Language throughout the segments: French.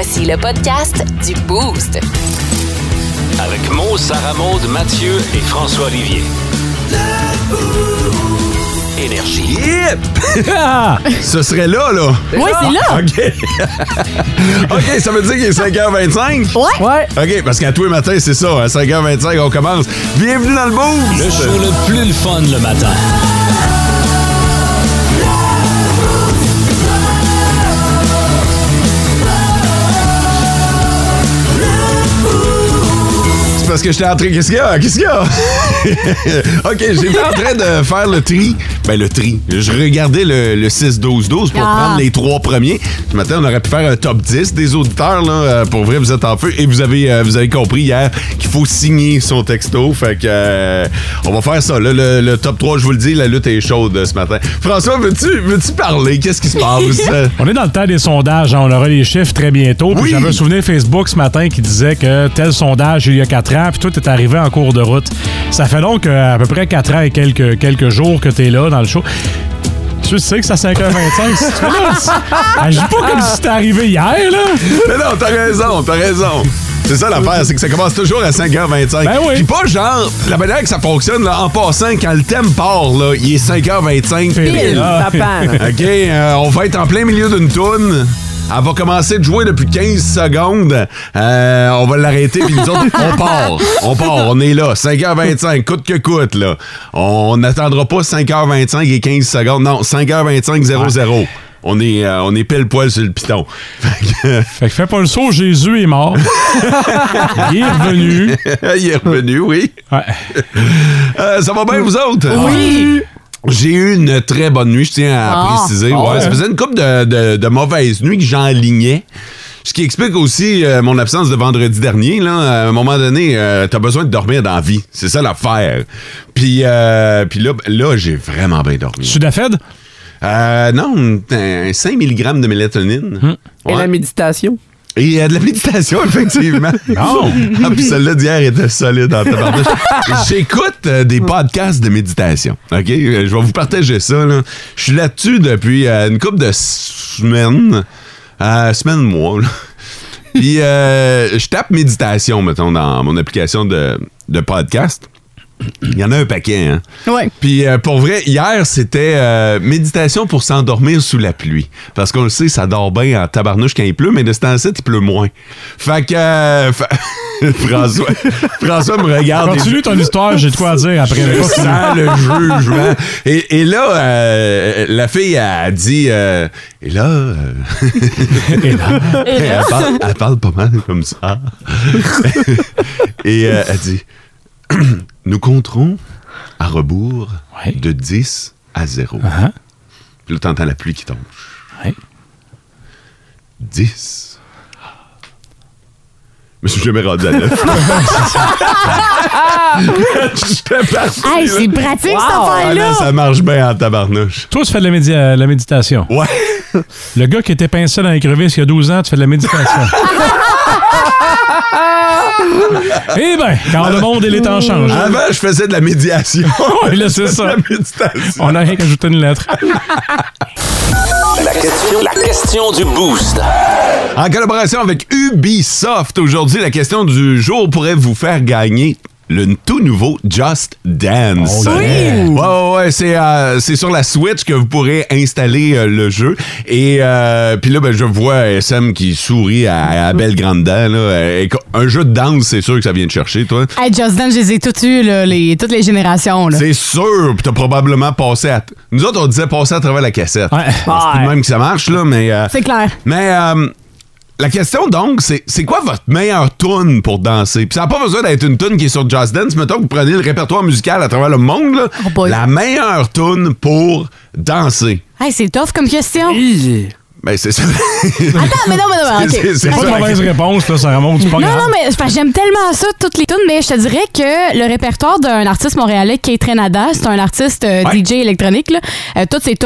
Voici le podcast du Boost. Avec Mo, Sarah Maud, Mathieu et François Olivier. Énergie. Yep! Ce serait là. Oui, c'est là. OK. OK, ça veut dire qu'il est 5h25? Ouais. OK, parce qu'à tous les matins, c'est ça. À 5h25, on commence. Bienvenue dans le Boost! Le show le plus le fun le matin. Parce que j'étais en train... Qu'est-ce qu'il y a? OK, j'étais en train de faire le tri. Ben, le tri. Je regardais le 6-12-12 pour prendre les 3 premiers. Ce matin, on aurait pu faire un top 10 des auditeurs. Là. Pour vrai, vous êtes en feu. Et vous avez compris hier qu'il faut signer son texto. Fait que on va faire ça. Là, le top 3, je vous le dis, la lutte est chaude ce matin. François, veux-tu parler? Qu'est-ce qui se passe? On est dans le temps des sondages. On aura les chiffres très bientôt. Puis j'avais un souvenir Facebook ce matin qui disait que tel sondage il y a 4 ans, puis toi, t'es arrivé en cours de route. Ça fait donc à peu près 4 ans et quelques jours que t'es là dans le show. Tu sais que c'est à 5h25. Je dis pas comme si c'était arrivé hier, là. Mais non, t'as raison. C'est ça l'affaire, c'est que ça commence toujours à 5h25. Ben oui. Puis pas genre, la manière que ça fonctionne, là, en passant, quand le thème part, là, il est 5h25. Pile, papa. OK, on va être en plein milieu d'une toune. Elle va commencer de jouer depuis 15 secondes. On va l'arrêter, puis nous autres, on part. On est là, 5h25, coûte que coûte, là. On n'attendra pas 5h25 et 15 secondes. Non, 5h25, 00. On est pile poil sur le piton. Fait que fais pas le saut, Jésus est mort. Il est revenu. Il est revenu, oui. Ouais. Ça va bien, vous autres? Oui. J'ai eu une très bonne nuit, je tiens à préciser. Ouais, ça faisait une couple de mauvaises nuits que j'enlignais. Ce qui explique aussi mon absence de vendredi dernier. Là. À un moment donné, t'as besoin de dormir dans la vie. C'est ça l'affaire. Puis là, j'ai vraiment bien dormi. Sudafed? Non, 5 mg de mélatonine. Et la méditation? Et de la méditation, effectivement. Non! Ah, puis celle-là d'hier était solide en tabarnouche. J'écoute des podcasts de méditation. OK? Je vais vous partager ça. Là. Je suis là-dessus depuis une couple de semaines. Mois. Là. Puis je tape méditation, mettons, dans mon application de podcast. Il y en a un paquet, hein? Ouais. Puis pour vrai, hier, c'était méditation pour s'endormir sous la pluie. Parce qu'on le sait, ça dort bien en tabarnouche quand il pleut, mais de ce temps-ci, il pleut moins. Fait que... François me regarde... Continue ton histoire, j'ai de quoi à dire après. Je sens le jugement. Et là, la fille a dit... elle parle pas mal comme ça. Et elle dit... Nous compterons à rebours de 10 à 0. Puis là, t'entends la pluie qui tombe. 10. Je me suis jamais rendu à 9. J'étais parti. Hey, c'est pratique, cette affaire-là. Ah, là, ça marche bien en tabarnouche. Toi, tu fais de la méditation. Ouais. Le gars qui était pincé dans les crevisses il y a 12 ans, tu fais de la méditation. Eh bien, quand le monde et les temps changent. Avant, je faisais de la médiation. Oui, là, c'est ça. De la méditation. On n'a rien qu'ajouté une lettre. La question du Boost. En collaboration avec Ubisoft, aujourd'hui, la question du jour pourrait vous faire gagner le tout nouveau Just Dance. Oh, yeah. Ouais, c'est sur la Switch que vous pourrez installer le jeu. Et puis là, je vois SM qui sourit à belle grande dent. Là. Un jeu de danse, c'est sûr que ça vient de chercher, toi. Hey, Just Dance, je les ai toutes eues, là, toutes les générations. Là. C'est sûr, puis t'as probablement passé à... Nous autres, on disait passer à travers la cassette. Ouais. C'est tout de même que ça marche, là, mais... C'est clair. Mais... la question, donc, c'est quoi votre meilleure tune pour danser? Puis ça n'a pas besoin d'être une tune qui est sur Just Dance. Mettons que vous prenez le répertoire musical à travers le monde, là, la meilleure tune pour danser. Hey, c'est tough comme question. Ben, c'est ça. Attends, mais non, OK. C'est pas de mauvaise réponse, là, ça remonte pas grave. Non, mais j'aime tellement ça, toutes les tunes, mais je te dirais que le répertoire d'un artiste montréalais, Kate Renada, c'est un artiste DJ électronique, là. Toutes ses tunes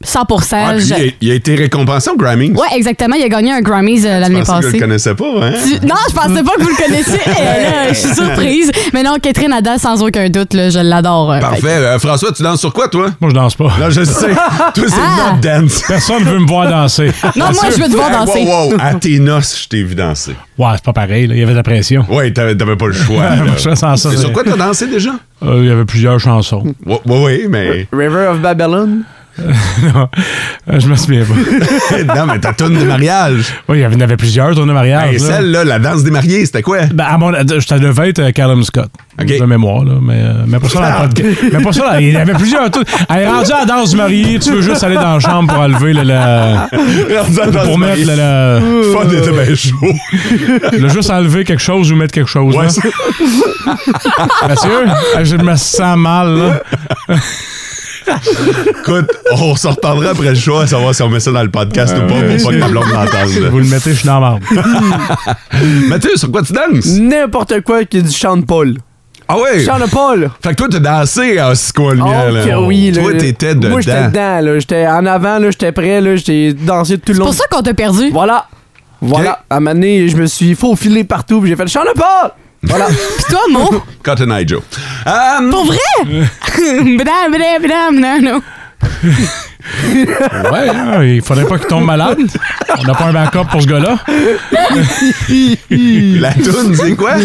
100%. Ah, puis il a été récompensé au Grammy. Ouais, exactement. Il a gagné un Grammys l'année Je pensais que je passée. le connaissais pas, hein? Non, je pensais pas que vous le connaissiez. Là, je suis surprise. Mais non, Catherine Ada, sans aucun doute, là, je l'adore. Parfait. François, tu danses sur quoi, toi? Moi, je danse pas. Non, je sais. Toi, c'est not dance. Personne veut me voir danser. Non, moi, je veux te voir danser. Wow. À tes noces, je t'ai vu danser. Ouais, c'est pas pareil. Là. Il y avait de la pression. Ouais, t'avais pas le choix. Je fais sans ça. C'est sur quoi t'as dansé déjà? Il y avait plusieurs chansons. Oui, mais... River of Babylon. Non, je me souviens pas. Non, mais ta toune de mariage. Oui, il y en avait plusieurs tournes de mariage. Hey, celle-là, la danse des mariés, c'était quoi? Ben, je devais être Callum Scott. Okay. De mémoire, là. Mais pas ça dans le podcast. Mais pas ça, il y avait plusieurs tours. Elle est rendue à la danse du marié, tu veux juste aller dans la chambre pour enlever pour mettre le. Fun était bien chaud. Là, juste enlever quelque chose ou mettre quelque chose. Ouais, là. Monsieur, je me sens mal, là. Écoute, on se reparlera après le show à savoir si on met ça dans le podcast ou pas pour pas que la blonde l'entende. Vous le mettez, je suis dans la marde. Mathieu, sur quoi tu danses? N'importe quoi qui est du chant de Paul. Ah ouais? Chant de Paul. Fait que toi, t'as dansé à Sisquoi Lumière, là. Oui, là. Toi, t'étais dedans. Moi, j'étais dedans, là. J'étais en avant, là. J'étais prêt, là. J'étais dansé tout le long. C'est pour ça qu'on t'a perdu. Voilà. Okay. À un moment donné, je me suis faufilé partout, puis j'ai fait le chant de Paul. Voilà. Pis toi, Mo? Cotton Eye Joe. Pour vrai? Non. Ouais, hein, il faudrait pas qu'il tombe malade. On n'a pas un backup pour ce gars-là. La toune, c'est quoi?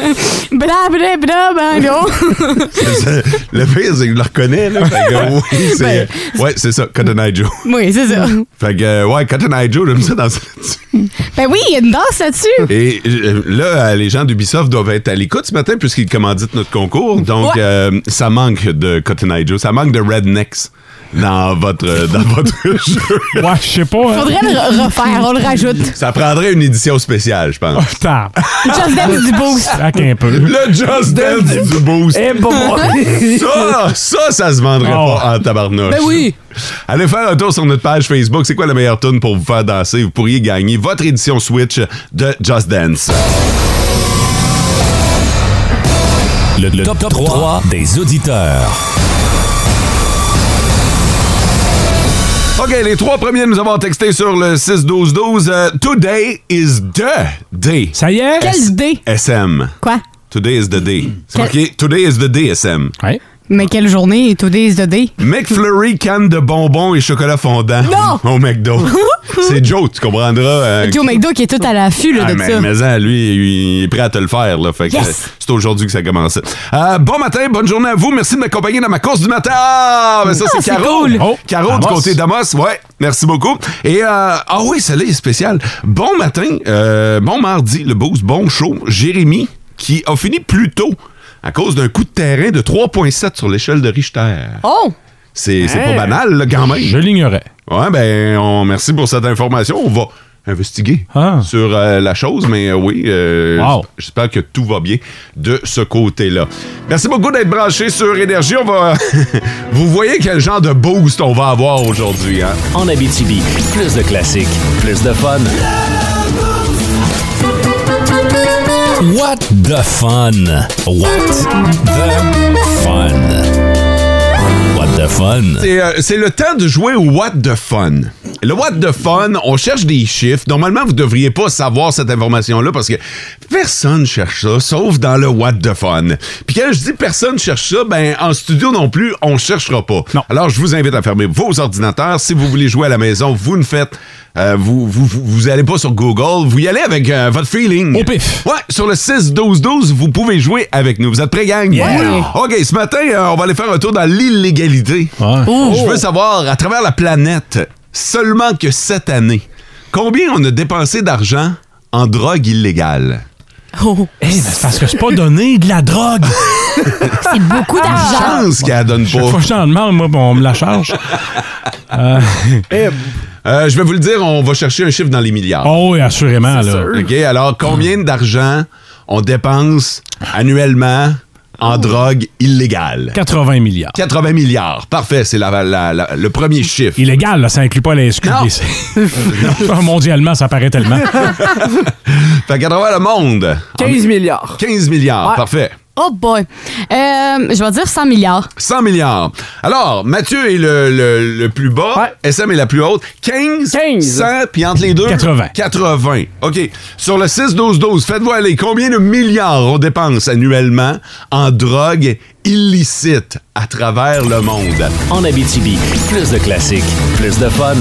Le pire, c'est que je le reconnais, là. Fait que, oui, c'est... Ouais, c'est ça, Cotton Eye Joe. Oui, c'est ça. Fait que, ouais, Cotton Eye Joe, j'aime ça danser là-dessus. Ben oui, il y a une danse là-dessus. Et là, les gens d'Ubisoft doivent être à l'écoute ce matin puisqu'ils commanditent notre concours. Donc, ça manque de Cotton Eye Joe. Ça manque de Rednecks dans votre jeu. Ouais, je sais pas. Hein. Faudrait le refaire, on le rajoute. Ça prendrait une édition spéciale, je pense. Oh, putain. Just Dance du Boost. Un peu. Le Just Dance du Boost. Eh, bon, Ça se vendrait pas en tabarnouche. Ben oui. Allez faire un tour sur notre page Facebook. C'est quoi la meilleure tune pour vous faire danser? Vous pourriez gagner votre édition Switch de Just Dance. Le top 3 des auditeurs. OK, les 3 premiers nous avons texté sur le 6-12-12. Today is the day. Ça y est? Quelle idée? SM. Quoi? Today is the day. C'est marqué Today is the day, SM. Ouais. Mais quelle journée? Today is the day. McFlurry, canne de bonbons et chocolat fondant. Non! Au McDo. C'est Joe, tu comprendras. Joe McDo qui est tout à l'affût là, de ça. Mais lui, il est prêt à te le faire. Là, fait que, c'est aujourd'hui que ça commence. Bon matin, bonne journée à vous. Merci de m'accompagner dans ma course du matin. Ben ça, c'est Caro. Cool. Caro du côté d'Amos. Ouais, merci beaucoup. Et, oui, celle-là est spéciale. Bon matin, bon mardi, le boost, bon show. Jérémy, qui a fini plus tôt à cause d'un coup de terrain de 3,7 sur l'échelle de Richter. Oh! C'est pas banal, là, quand même. Je l'ignorais. Ouais, merci pour cette information. On va investiguer sur la chose, mais oui, j'espère que tout va bien de ce côté-là. Merci beaucoup d'être branchés sur Énergie. On va... Vous voyez quel genre de boost on va avoir aujourd'hui, hein? En Abitibi, plus de classiques, plus de fun. What the fun? What the fun? What the fun? C'est le temps de jouer au What the fun. Le What the fun, on cherche des chiffres. Normalement, vous devriez pas savoir cette information-là parce que personne cherche ça, sauf dans le What the fun. Puis quand je dis personne cherche ça, ben en studio non plus, on cherchera pas. Non. Alors, je vous invite à fermer vos ordinateurs. Si vous voulez jouer à la maison, vous ne faites... vous allez pas sur Google, vous y allez avec votre feeling. Au pif. Ouais, sur le 6-12-12, vous pouvez jouer avec nous. Vous êtes prêts, gang? Yeah. Oui. OK, ce matin, on va aller faire un tour dans l'illégalité. Ouais. Je veux savoir, à travers la planète, seulement que cette année, combien on a dépensé d'argent en drogue illégale? Oh. C'est parce que c'est pas donné de la drogue. C'est beaucoup d'argent. Chance qu'elle donne Chaque pas. fois que j'en demande, moi, on me la charge. Je vais vous le dire, on va chercher un chiffre dans les milliards. Oh oui, assurément. Là. OK, alors combien d'argent on dépense annuellement en drogue illégale? 80 milliards. 80 milliards. Parfait, c'est le premier chiffre. Illégal, là, ça inclut pas la SQ. Mondialement, ça paraît tellement. Fait qu'à travers le monde... 15 milliards. 15 milliards, Ouais. parfait. Oh boy. Je vais dire 100 milliards. 100 milliards. Alors, Mathieu est le plus bas. SM est la plus haute. 15. 100, puis entre les deux? 80. 80. OK. Sur le 6-12-12, faites-vous aller. Combien de milliards on dépense annuellement en drogue illicite à travers le monde? En Abitibi, plus de classiques, plus de fun.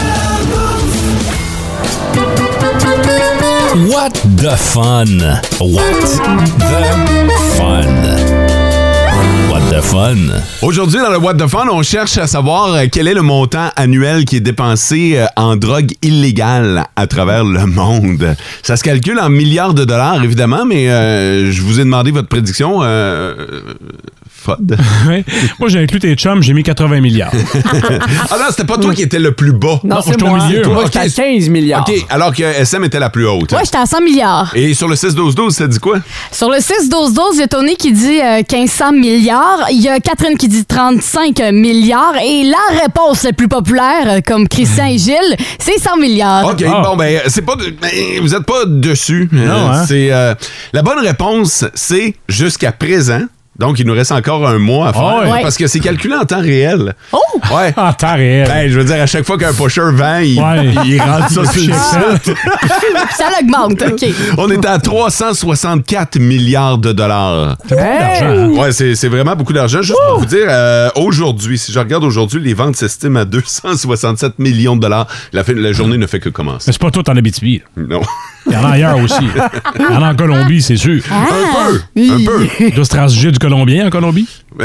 What the fun? What the fun? What the fun? Aujourd'hui, dans le What the Fun, on cherche à savoir quel est le montant annuel qui est dépensé en drogue illégale à travers le monde. Ça se calcule en milliards de dollars, évidemment, mais je vous ai demandé votre prédiction. Fod. Oui. Moi, j'ai inclus tes chums, j'ai mis 80 milliards. Ah non, c'était pas toi qui étais le plus bas. Non, c'est j'étais au moi. milieu. Moi, j'étais à 15 milliards. OK, alors que SM était la plus haute. Ouais, j'étais à 100 milliards. Et sur le 6-12-12, ça dit quoi? Sur le 6-12-12, il y a Tony qui dit 1500 milliards. Il y a Catherine qui dit 35 milliards. Et la réponse la plus populaire, comme Christian et Gilles, c'est 100 milliards. OK, bon, ben, c'est pas vous êtes pas dessus. Non, hein? C'est la bonne réponse, c'est jusqu'à présent. Donc, il nous reste encore un mois à faire. Ouais. Parce que c'est calculé en temps réel. Oh! Ouais. En temps réel. Ben, je veux dire, à chaque fois qu'un pusher vend, il rentre ça sur le site. Ça l'augmente, OK. On est à 364 milliards de dollars. C'est beaucoup d'argent. Ouais, c'est vraiment beaucoup d'argent. Juste pour vous dire, aujourd'hui, si je regarde aujourd'hui, les ventes s'estiment à 267 millions de dollars. La journée ne fait que commencer. Mais c'est pas tout en Abitibi. Non. Il y en a ailleurs aussi. Il y en a en Colombie, c'est sûr. Un peu. Il doit se transiger du Colombien en Colombie. Ben,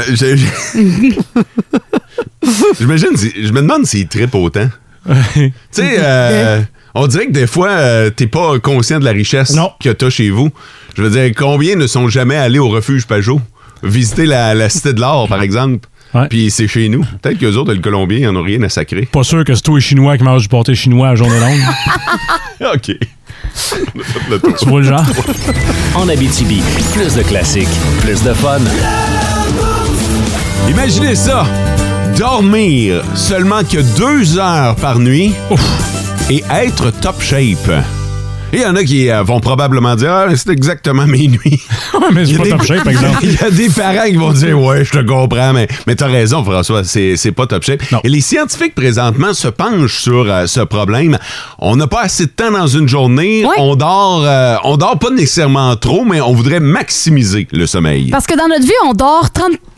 j'imagine, je me demande s'il trippe autant. Tu sais, on dirait que des fois, t'es pas conscient de la richesse que t'as chez vous. Je veux dire, combien ne sont jamais allés au refuge Pajot? Visiter la Cité de l'Or, par exemple. Ouais. Puis c'est chez nous. Peut-être qu'eux autres, le Colombien, ils n'en ont rien à sacrer. Pas sûr que c'est toi les Chinois qui mangent du pâté chinois à journée longue. OK. On a fait le tour. Tu vois le genre? En Abitibi, plus de classiques, plus de fun. Imaginez ça. Dormir seulement que 2 heures par nuit et être top shape. Et il y en a qui vont probablement dire « Ah, c'est exactement mes nuits. » Mais c'est pas top shape, par exemple. Il y a des parents qui vont dire « Ouais, je te comprends, mais t'as raison, François, c'est pas top shape. » Et les scientifiques, présentement, se penchent sur ce problème. On n'a pas assez de temps dans une journée. Ouais. On dort pas nécessairement trop, mais on voudrait maximiser le sommeil. Parce que dans notre vie, on dort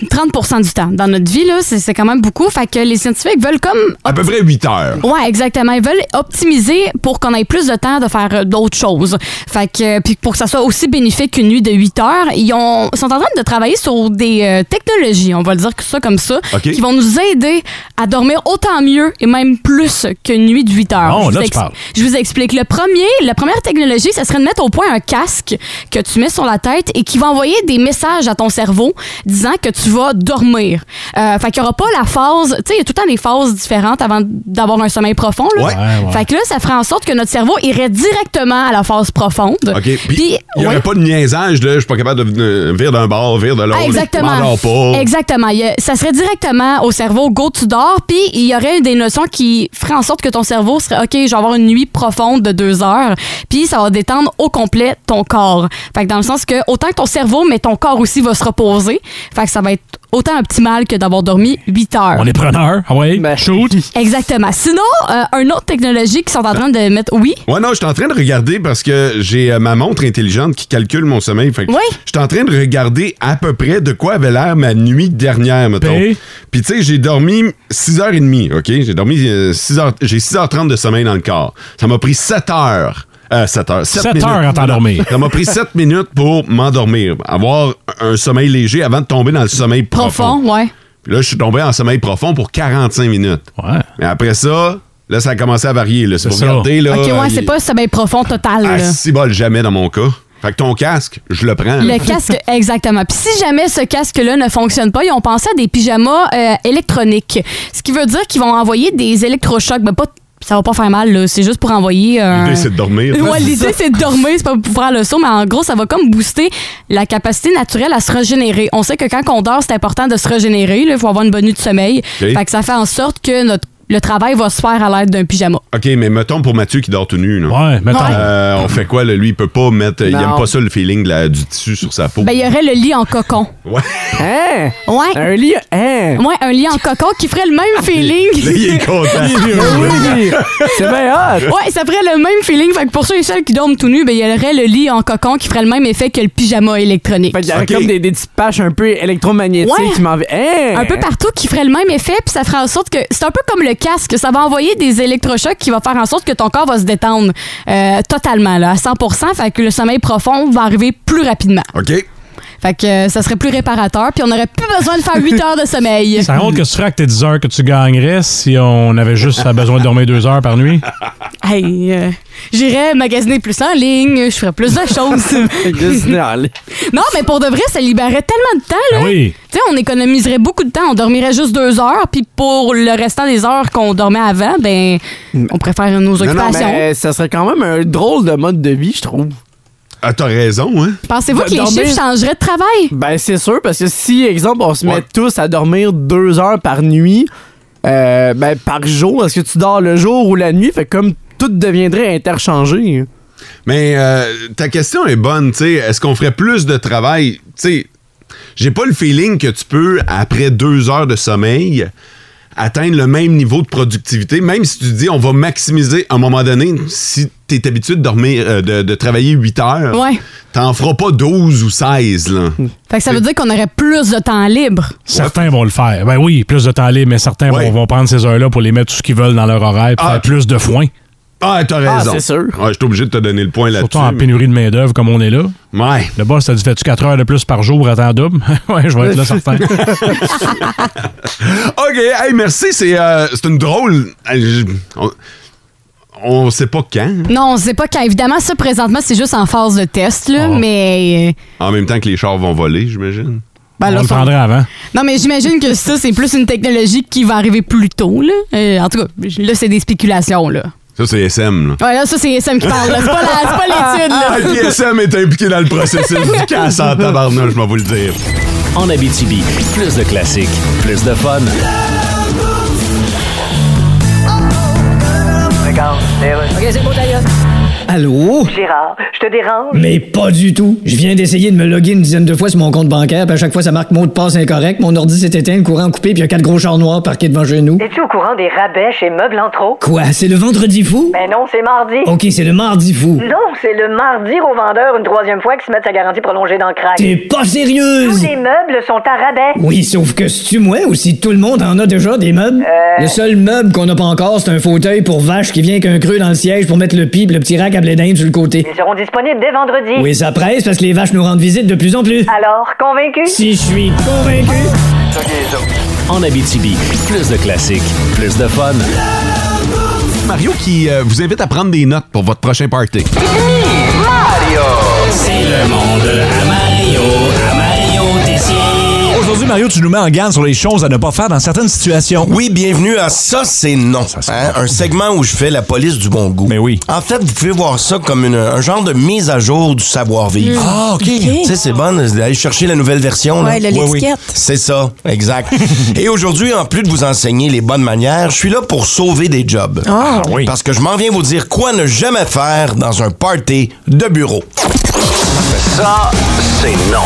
30% du temps. Dans notre vie, là, c'est quand même beaucoup. Fait que les scientifiques veulent comme... À peu près 8 heures. Ouais, exactement. Ils veulent optimiser pour qu'on ait plus de temps de faire d'autres choses. Fait que, puis pour que ça soit aussi bénéfique qu'une nuit de 8 heures, ils sont en train de travailler sur des technologies, on va le dire ça comme ça, OK. qui vont nous aider à dormir autant mieux et même plus qu'une nuit de 8 heures. Oh, là, tu parles. Je vous explique. La première technologie, ça serait de mettre au point un casque que tu mets sur la tête et qui va envoyer des messages à ton cerveau disant que tu vas dormir. Fait qu'il n'y aura pas la phase... Tu sais, il y a tout le temps des phases différentes avant d'avoir un sommeil profond. Là. Ouais. Fait que là, ça ferait en sorte que notre cerveau irait directement à la phase profonde. OK. Puis, il n'y aurait pas de niaisage de « Je suis pas capable de virer d'un bord, virer de l'autre. Exactement. Je m'endors pas. » Exactement. Ça serait directement au cerveau « Go, tu dors », puis il y aurait des notions qui feraient en sorte que ton cerveau serait « OK, je vais avoir une nuit profonde de 2 heures », puis ça va détendre au complet ton corps. Fait que dans le sens que autant que ton cerveau, mais ton corps aussi va se reposer. Fait que ça va être autant optimal que d'avoir dormi 8 heures. On est preneur. Ah ouais, shoot. Exactement. Sinon, une autre technologie qu'ils sont en train de mettre... Oui? Ouais, non, je suis en train de regarder parce que j'ai ma montre intelligente qui calcule mon sommeil. Fait que Oui. je suis en train de regarder à peu près de quoi avait l'air ma nuit dernière, mettons. Puis, tu sais, j'ai dormi 6h30, OK? J'ai dormi 6h... J'ai 6h30 de sommeil dans le corps. Ça m'a pris 7 heures. 7 heures. 7 heures à t'endormir. Ça m'a pris 7 minutes pour m'endormir. Avoir un sommeil léger avant de tomber dans le sommeil profond. Ouais. Puis là, je suis tombé en sommeil profond pour 45 minutes. Ouais. Mais après ça, là, ça a commencé à varier. Là. C'est Vous ça. regardez, là, OK, ouais, c'est pas un sommeil profond total. Ah, Là. si bol, jamais dans mon cas. Fait que ton casque, je le prends. Le casque, exactement. Puis si jamais ce casque-là ne fonctionne pas, ils ont pensé à des pyjamas électroniques. Ce qui veut dire qu'ils vont envoyer des électrochocs. Ben, pas ça va pas faire mal, là. C'est juste pour envoyer... L'idée, c'est de dormir. Ouais, l'idée, c'est de dormir, c'est pas pour faire le saut, mais en gros, ça va comme booster la capacité naturelle à se régénérer. On sait que quand on dort, c'est important de se régénérer. Il faut avoir une bonne nuit de sommeil. Okay. Fait que ça fait en sorte que notre le travail va se faire à l'aide d'un pyjama. OK, mais mettons pour Mathieu qui dort tout nu. Là. Ouais, mettons. On fait quoi, là? Lui, il peut pas mettre... Il aime pas ça, le feeling du tissu sur sa peau. Ben, il y aurait le lit en cocon. Ouais. Hein? Ouais. Un lit, hein? Ouais, un lit en cocon qui ferait le même feeling. Là, il est content. Oui, c'est bien hot. Ouais, ça ferait le même feeling. Fait que pour ceux et celles qui dorment tout nus, ben, il y aurait le lit en cocon qui ferait le même effet que le pyjama électronique. Fait qu'il y aurait OK. comme des petites patchs un peu électromagnétiques Ouais. qui m'envoient. Hein? Un peu partout qui ferait le même effet, puis ça ferait en sorte que c'est un peu comme le casque, ça va envoyer des électrochocs qui va faire en sorte que ton corps va se détendre totalement là, à 100%, fait que le sommeil profond va arriver plus rapidement. OK. Fait que ça serait plus réparateur, puis on n'aurait plus besoin de faire 8 heures de sommeil. Ça compte que tu ferais avec tes 10 heures que tu gagnerais si on avait juste besoin de dormir 2 heures par nuit? Hey, j'irais magasiner plus en ligne, je ferais plus de choses. Non, mais pour de vrai, ça libérerait tellement de temps, là. Ah oui. Tu sais, on économiserait beaucoup de temps. On dormirait juste 2 heures, puis pour le restant des heures qu'on dormait avant, ben, on préfère nos occupations. Mais ça serait quand même un drôle de mode de vie, je trouve. Ah, t'as raison, hein? Pensez-vous que les dormir- chiffres changeraient de travail? Ben, c'est sûr, parce que si, exemple, on se met Ouais. tous à dormir 2 heures par nuit, ben, par jour, est-ce que tu dors le jour ou la nuit? Fait que comme tout deviendrait interchangé. Mais ta question est bonne, tu sais. Est-ce qu'on ferait plus de travail? Tu sais, j'ai pas le feeling que tu peux, après 2 heures de sommeil, atteindre le même niveau de productivité, même si tu dis on va maximiser à un moment donné, si tu es habitué de dormir, de travailler 8 heures, Ouais. t'en feras pas 12 ou 16, là. Fait que ça veut dire qu'on aurait plus de temps libre. Certains vont le faire. Ben oui, plus de temps libre, mais certains Ouais. vont prendre ces heures-là pour les mettre tout ce qu'ils veulent dans leur horaire pour faire plus de foin. Ah, t'as raison. c'est sûr. Ouais, je suis obligé de te donner le point là-dessus. Surtout en pénurie de main-d'œuvre comme on est là. Ouais. Le boss t'a dit fais-tu 4 heures de plus par jour à temps double? Ouais, je vais être là certain. OK, hey, merci. C'est une drôle. On sait pas quand. Non, on sait pas quand. Évidemment, ça, présentement, c'est juste en phase de test, là, mais... En même temps que les chars vont voler, j'imagine. Ben, On là, le ça- prendrait avant. Non, mais j'imagine que ça, c'est plus une technologie qui va arriver plus tôt, là. En tout cas, là, c'est des spéculations, là. Ça, c'est SM, là. Ouais, là, ça, c'est SM qui parle, là. C'est pas l'étude, là. Ah, qui SM est impliqué dans le processus du casse en tabarnouche, je vais vous le dire. En Abitibi, plus de classiques, plus de fun. Allô? Gérard, je te dérange? Mais pas du tout. Je viens d'essayer de me loguer une dizaine de fois sur mon compte bancaire, puis à chaque fois, ça marque mot de passe incorrect. Mon ordi s'est éteint, le courant coupé, puis il y a 4 gros chars noirs parqués devant chez nous. Es-tu au courant des rabais chez Meubles en trop? Quoi? C'est le vendredi fou? Ben non, c'est mardi. OK, c'est le mardi fou. Non, c'est le mardi au vendeur une troisième fois qui se met sa garantie prolongée dans le crack. T'es pas Tous sérieuse? les meubles sont à rabais. Oui, sauf que si tu moi ou si tout le monde en a déjà des meubles? Le seul meuble qu'on n'a pas encore, c'est un fauteuil pour vache qui vient avec un creux dans le siège pour mettre le pied pis le petit rack à blé d'Inde sur le côté. Ils seront disponibles dès vendredi. Oui, ça presse parce que les vaches nous rendent visite de plus en plus. Alors, convaincu? Si je suis convaincu. En Abitibi, plus de classiques, plus de fun. Mario qui vous invite à prendre des notes pour votre prochain party. C'est le monde à Mario Tessier. Aujourd'hui, Mario, tu nous mets en garde sur les choses à ne pas faire dans certaines situations. Oui, bienvenue à Ça, c'est non. Hein? Un segment où je fais la police du bon goût. Mais oui. En fait, vous pouvez voir ça comme un genre de mise à jour du savoir-vivre. Ah, OK. Tu sais, c'est bon d'aller chercher la nouvelle version. Ouais, là. l'étiquette. C'est ça, exact. Et aujourd'hui, en plus de vous enseigner les bonnes manières, je suis là pour sauver des jobs. Ah, oui. Parce que je m'en viens vous dire quoi ne jamais faire dans un party de bureau. Ça, c'est non.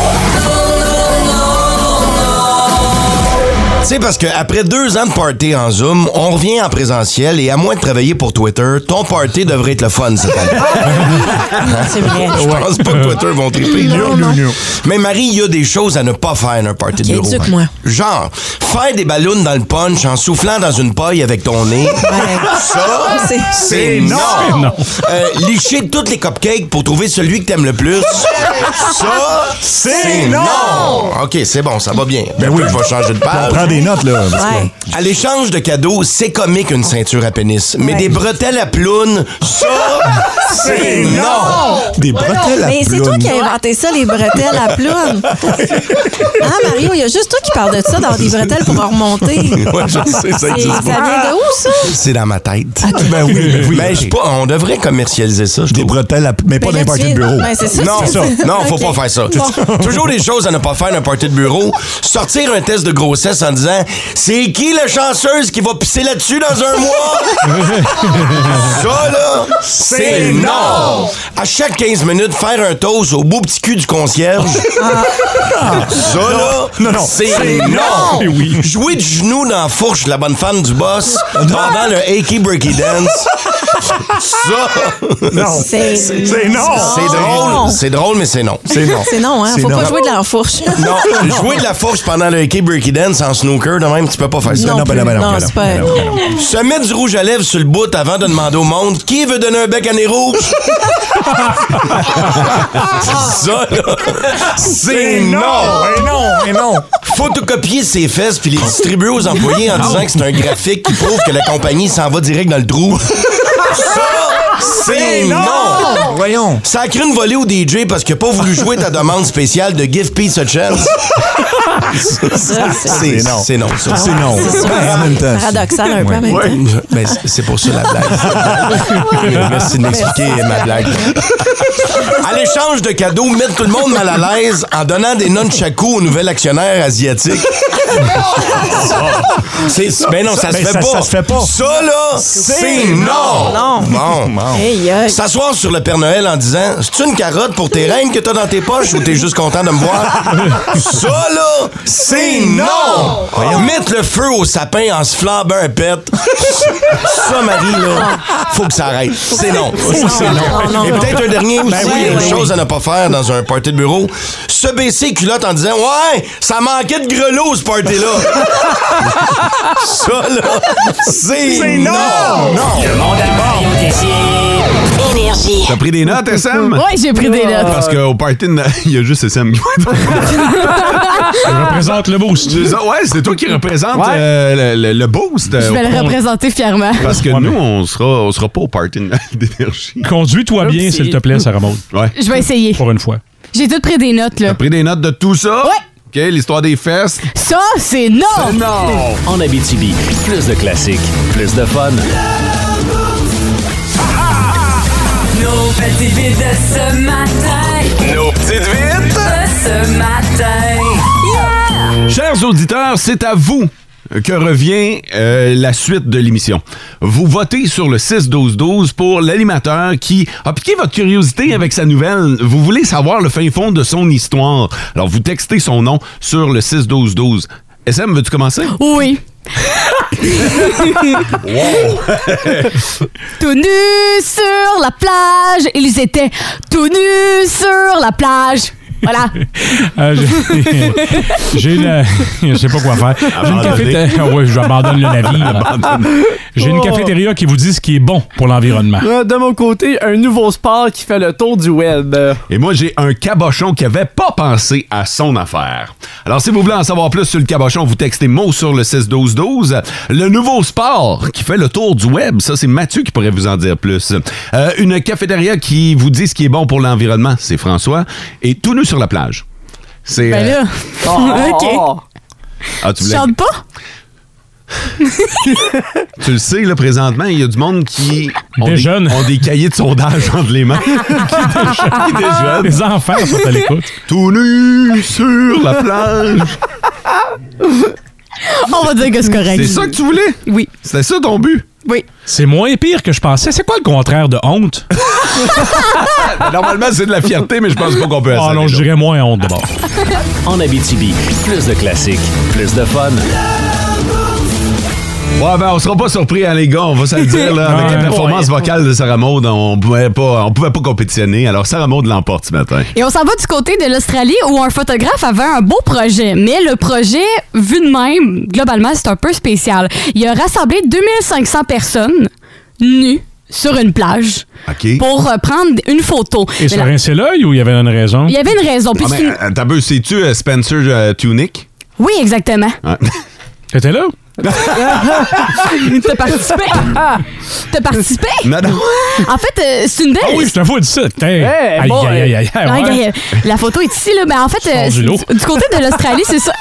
Tu sais, parce qu'après 2 ans de party en Zoom, on revient en présentiel et à moins de travailler pour Twitter, ton party devrait être le fun cette année. c'est vrai. Je pense pas que Twitter vont triper. Non. Mais Marie, il y a des choses à ne pas faire dans un party de bureau. Éduque-moi. Genre, faire des ballons dans le punch en soufflant dans une paille avec ton nez. Ça, c'est non. Licher toutes les cupcakes pour trouver celui que t'aimes le plus. Ça, c'est non. OK, c'est bon, ça va bien. Ben oui, je vais changer de page. On prend des notes, là. parce que- Ouais. À l'échange de cadeaux, c'est comique une ceinture à pénis. Mais Ouais. des bretelles à ploune, ça, c'est non! Des bretelles à Mais c'est toi ploune. qui as inventé ça, les bretelles à ploune. Hein, Mario, il y a juste toi qui parle de ça, d'avoir des bretelles pour remonter. Ouais, je sais, ça existe Ça pas. vient de où, ça? C'est dans ma tête. Ben oui. Mais je sais pas, on devrait commercialiser ça. Des bretelles, mais pas Mais là, d'un party tu de viens- bureau. Ouais, c'est ça, Non, c'est ça. non, faut Ok. pas faire ça. Bon. Toujours des choses à ne pas faire d'un party de bureau. Sortir un test de grossesse en disant « C'est qui la chanceuse qui va pisser là-dessus dans un mois? » Ça, là, c'est non! À chaque 15 minutes, faire un toast au beau petit cul du concierge. Ça, là, c'est non! Oui. Jouer du genou dans la fourche de la bonne femme du boss pendant le Achy Breaky Dance. Ça, Non. C'est non. c'est drôle, mais c'est non. C'est non. C'est non, hein? C'est Faut non. pas jouer de la fourche. Non, jouer de la fourche pendant le Achy Breaky Dance en snooker, de même, tu peux pas faire ça. Non, ben plus. non, Non, c'est pas... Se mettre du rouge à lèvres sur le bout avant de demander au monde qui veut donner un bec à nez rouge. Ça, là, c'est non! Mais non. Photocopier ses fesses puis les distribuer aux employés en disant que c'est un graphique qui prouve que la compagnie s'en va direct dans le trou. Ça, c'est non! Voyons. Sacrer une volée au DJ parce qu'il n'a pas voulu jouer ta demande spéciale de Give Peace a Chance. C'est non. C'est non, ça. C'est non. Ben, en même temps. Paradoxal un peu en même temps. Ben, c'est pour ça la blague. Merci de m'expliquer ma blague. À l'échange de cadeaux, mettre tout le monde mal à l'aise en donnant des nunchakus au nouvel actionnaire asiatique. Ben non, ça se Ben, fait ça pas. se fait pas. Ça, là, c'est non. Non. Bon. Hey, hey. S'asseoir sur le Père Noël en disant « C'est-tu une carotte pour tes reines que t'as dans tes poches ou t'es juste content de me voir? » Ça, là, c'est non! Mettre le feu au sapin en se flambant un pet. Ça, Marie, là, faut que ça arrête. C'est non. C'est non. Et peut-être un dernier aussi, une chose à ne pas faire dans un party de bureau, se baisser les culottes en disant « Ouais, ça manquait de grelots, ce party-là. » Ça, là, c'est non! Le monde à Mario Tessier. Énergie. T'as pris des notes, SM? Ouais, j'ai pris des notes. Parce qu'au party, il y a juste SM qui va être. Je représente le boost. Ouais, c'est toi qui représente Ouais. le boost. Je vais le représenter fièrement. Parce que nous, on sera pas au party d'énergie. Conduis-toi bien, s'il te plaît, Sarah Maud. Ouais. Je vais essayer. Pour une fois. J'ai tout pris des notes, là. T'as pris des notes de tout ça? Ouais. OK, l'histoire des fesses. Ça, c'est non! Non! En Abitibi, plus de classiques, plus de fun. Nos petites vites de ce matin. Nos petites vites De ce matin. Yeah! Chers auditeurs, c'est à vous que revient la suite de l'émission. Vous votez sur le 6-12-12 pour l'animateur qui a piqué votre curiosité avec sa nouvelle. Vous voulez savoir le fin fond de son histoire. Alors, vous textez son nom sur le 6-12-12. SM, veux-tu commencer? Oui. Tout nus sur la plage. Ils étaient tout nus sur la plage. Voilà. J'ai une... Je sais pas quoi faire. J'ai une cafétéria... Ouais, j'abandonne le navire. J'ai une cafétéria qui vous dit ce qui est bon pour l'environnement. De mon côté, un nouveau sport qui fait le tour du web. Et moi, j'ai un cabochon qui avait pas pensé à son affaire. Alors, si vous voulez en savoir plus sur le cabochon, vous textez mot sur le 6-12-12. Le nouveau sport qui fait le tour du web, ça, c'est Mathieu qui pourrait vous en dire plus. Une cafétéria qui vous dit ce qui est bon pour l'environnement, c'est François. Et tout nu sur la plage. C'est... Ben là. OK. Ah, tu Tu voulais... chantes pas? Tu le sais, là, présentement, il y a du monde qui ont des cahiers de sondage entre les mains. qui déjeunent. Les enfants sont à l'écoute. Tout nu sur la plage. On va dire que c'est correct. C'est ça que tu voulais? Oui. C'était ça ton but? Oui. C'est moins pire que je pensais. C'est quoi le contraire de honte? Normalement, c'est de la fierté, mais je pense pas qu'on peut Ah non, je dirais moins honte d'abord. En Abitibi, plus de classiques, plus de fun. Ouais, ben, on sera pas surpris, hein, les gars, on va se le dire, là. Avec la performance vocale de Sarah Maud, on pouvait pas compétitionner. Alors, Sarah Maud l'emporte ce matin. Et on s'en va du côté de l'Australie où un photographe avait un beau projet. Mais le projet, vu de même, globalement, c'est un peu spécial. Il a rassemblé 2500 personnes nues sur une plage pour prendre une photo. Et ça rinçait l'œil ou il y avait une raison? Il y avait une raison. Puis T'as peu, sais-tu Spencer Tunick? Oui, exactement. Ouais. T'étais là? T'as participé? T'as participé? Non. En fait, c'est une belle... Ah oui, je te vois de ça. Aïe. La photo est ici, là. Ben, en fait, du côté de l'Australie, c'est ça.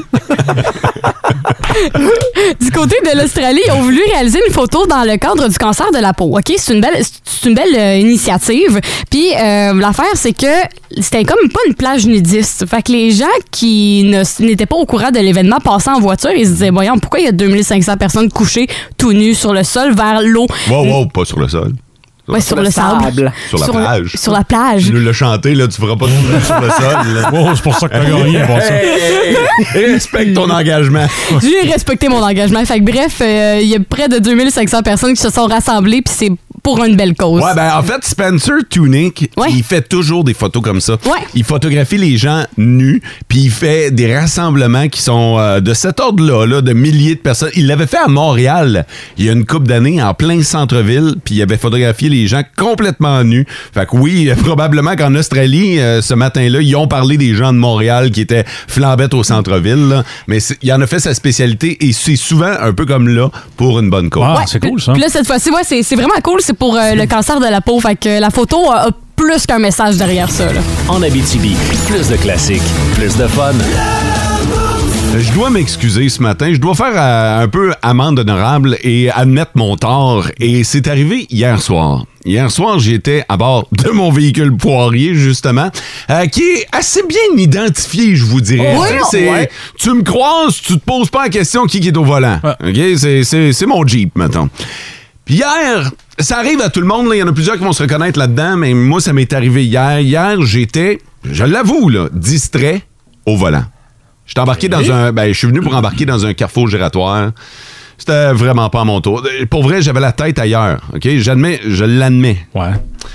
Du côté de l'Australie, ils ont voulu réaliser une photo dans le cadre du cancer de la peau. OK? C'est une belle initiative. Puis l'affaire, c'est que c'était comme pas une plage nudiste. Fait que les gens qui n'étaient pas au courant de l'événement passaient en voiture, ils se disaient, voyons, pourquoi il y a 2500 personnes couchées tout nues sur le sol vers l'eau? Wow, pas sur le sol. Ouais, sur le sable. Sur la plage. Sur la plage. Tu nous l'as chanté, là, tu feras pas sur le sol. Wow, c'est pour ça que t'as gagné pour ça. Respecte ton engagement. J'ai respecté mon engagement. Fait que bref, il y a près de 2500 personnes qui se sont rassemblées, puis c'est pour une belle cause. Ouais, ben en fait, Spencer Tunick, il fait toujours des photos comme ça. Ouais. Il photographie les gens nus, puis il fait des rassemblements qui sont de cet ordre-là, là, de milliers de personnes. Il l'avait fait à Montréal il y a une couple d'années, en plein centre-ville, puis il avait photographié les gens complètement nus. Fait que oui, probablement qu'en Australie, ce matin-là, ils ont parlé des gens de Montréal qui étaient flambettes au centre-ville, là. Mais il en a fait sa spécialité, et c'est souvent un peu comme là, pour une bonne cause. Ah, c'est cool, ça. Puis là, cette fois-ci, ouais, c'est vraiment cool. C'est pour le cancer de la peau. Fait que la photo a plus qu'un message derrière ça, là. En Abitibi, plus de classiques, plus de fun. Je dois m'excuser ce matin. Je dois faire un peu amende honorable et admettre mon tort. Et c'est arrivé hier soir. Hier soir, j'étais à bord de mon véhicule Poirier, justement, qui est assez bien identifié, je vous dirais. Ouais. Tu me croises, tu te poses pas la question qui est au volant. Ouais. OK? C'est mon Jeep, mettons. Puis hier, ça arrive à tout le monde, il y en a plusieurs qui vont se reconnaître là-dedans, mais moi, ça m'est arrivé hier. Hier, j'étais, je l'avoue, là, distrait au volant. J'étais embarqué dans je suis venu pour embarquer dans un carrefour giratoire. C'était vraiment pas à mon tour. Pour vrai, j'avais la tête ailleurs, OK? Je l'admets. Ouais.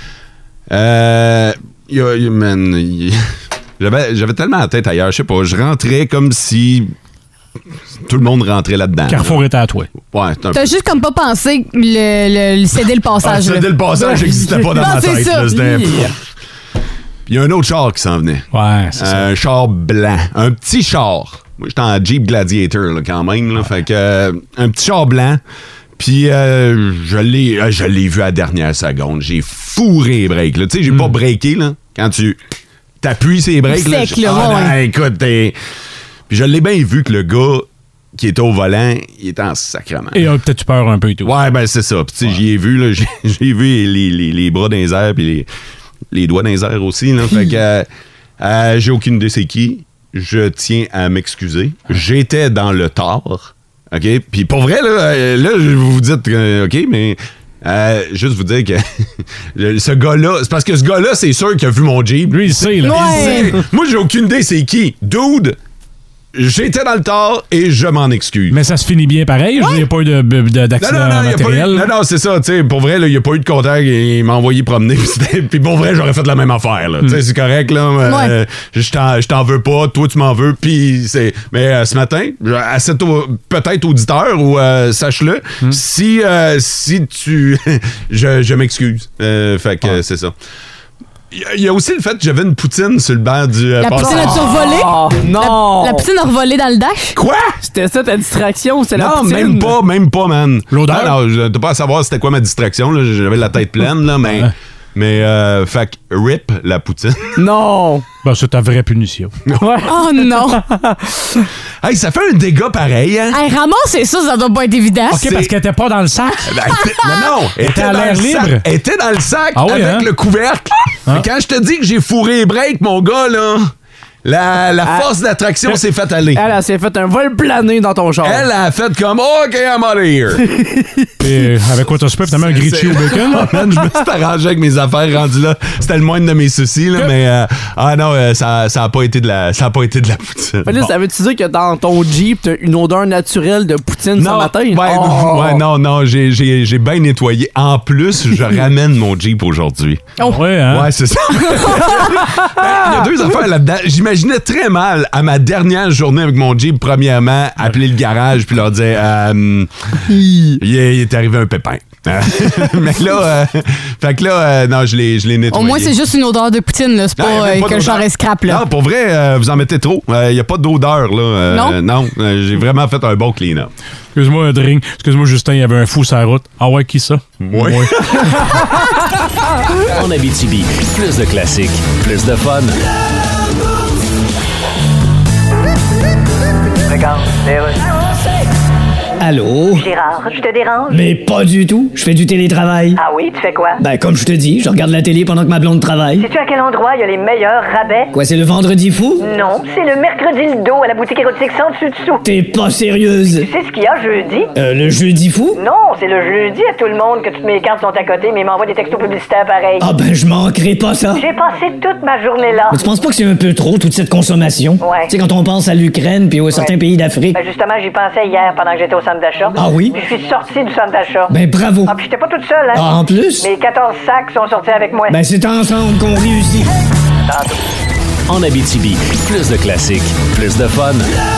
J'avais tellement la tête ailleurs, je sais pas, je rentrais comme si... Tout le monde rentrait là-dedans. Carrefour était à toi. Ouais, t'as juste comme pas pensé le céder le passage. Céder le passage n'existait pas dans ma tête. Il y a un autre char qui s'en venait. Ouais, c'est ça. Un char blanc. Un petit char. Moi, j'étais en Jeep Gladiator, là, quand même. Là, fait que, un petit char blanc. Puis, je l'ai vu à la dernière seconde. J'ai fourré les breaks. Tu sais, j'ai pas breaké, là. Quand tu t'appuies ces breaks, là. Écoute, puis je l'ai bien vu que le gars qui était au volant, il était en sacrement. Et peut-être tu peur un peu et tout. Ouais, ben c'est ça. Puis tu sais, j'y ai vu, là, j'ai vu les bras dans les airs, puis les doigts dans les airs aussi, là. Fait que j'ai aucune idée c'est qui. Je tiens à m'excuser. J'étais dans le tort. OK? Puis pour vrai, là vous vous dites, OK, mais... juste vous dire que ce gars-là, c'est parce que ce gars-là, c'est sûr qu'il a vu mon Jeep. Lui, il sait, là. Ouais. Moi, j'ai aucune idée c'est qui. Dude, j'étais dans le tort et je m'en excuse. Mais ça se finit bien pareil. Il n'y a pas eu d'accident matériel. Non, c'est ça. Pour vrai, il n'y a pas eu de contact. Il m'a envoyé promener. Puis pour vrai, j'aurais fait la même affaire. C'est correct. Là, je t'en veux pas. Toi, tu m'en veux. Puis mais ce matin, à cet peut-être auditeur ou sache-le, si tu... je m'excuse. Fait que c'est ça. Il y a aussi le fait que j'avais une poutine sur le banc du La poutine a-tu revolé? Oh, non! La poutine a revolé dans le dash? Quoi? C'était ça ta distraction, c'est la Non, poutine? même pas, man. L'odeur? Non, je n'étais pas à savoir c'était quoi ma distraction. Là. J'avais la tête pleine, là, mais... Mais, fait que rip la poutine. Non! Ben, c'est ta vraie punition. Ouais. Oh non! Hey, ça fait un dégât pareil, hein? Hey, ramasser ça doit pas être évident. OK, parce qu'elle était pas dans le sac? Non, elle était à l'air libre. Elle était dans le sac Ah oui, avec hein? le couvercle. Hein? Quand je te dis que j'ai fourré les breaks, mon gars, là... La force d'attraction s'est faite aller. Elle s'est fait un vol plané dans ton char. Elle a fait comme OK, I'm out of here. Et avec quoi t'as super, t'as mis un grilled au bacon? Man, je me suis arrangé avec mes affaires rendues là. C'était le moindre de mes soucis, là, mais ça a pas été de la poutine. Mais là, ça veut-tu dire que dans ton Jeep, t'as une odeur naturelle de poutine ce matin? Non, j'ai bien nettoyé. En plus, je ramène mon Jeep aujourd'hui. Oh. Ouais, hein? Ouais, c'est ça. Il y a deux affaires là-dedans. J'imaginais très mal à ma dernière journée avec mon Jeep, premièrement, appeler le garage puis leur dire il est arrivé un pépin. Mais là, fait que là, non, je l'ai nettoyé. Au moins, c'est juste une odeur de poutine, là. C'est pas que j'aurais scrap, là. Non, pour vrai, vous en mettez trop. Il n'y a pas d'odeur, là. Non? J'ai vraiment fait un bon clean-up. Excuse-moi, Drink. Excuse-moi, Justin, il y avait un fou sur la route. Ah ouais, qui ça? Moi. En Abitibi, plus de classiques, plus de fun. Allô? Gérard, je te dérange? Mais pas du tout. Je fais du télétravail. Ah oui, tu fais quoi? Ben, comme je te dis, je regarde la télé pendant que ma blonde travaille. Sais-tu à quel endroit il y a les meilleurs rabais? Quoi, c'est le vendredi fou? Non, c'est le mercredi le dos à la boutique érotique sans dessus-dessous. T'es pas sérieuse? Tu sais ce qu'il y a jeudi? Le jeudi fou? Non, c'est le jeudi à tout le monde que toutes mes cartes sont à côté, mais ils m'envoient des textos publicitaires pareils. Ah ben, je manquerai pas ça. J'ai passé toute ma journée là. Mais tu penses pas que c'est un peu trop, toute cette consommation? Ouais. Tu sais, quand on pense à l'Ukraine puis aux certains pays d'Afrique. Ben justement, j'y pensais hier pendant que j'étais au centre d'achat. Ah oui? Puis je suis sortie du centre d'achat. Ben bravo. Ah, puis j'étais pas toute seule, hein? Ah, en plus? Mes 14 sacs sont sortis avec moi. Ben c'est ensemble qu'on réussit. En Abitibi, plus de classiques, plus de fun.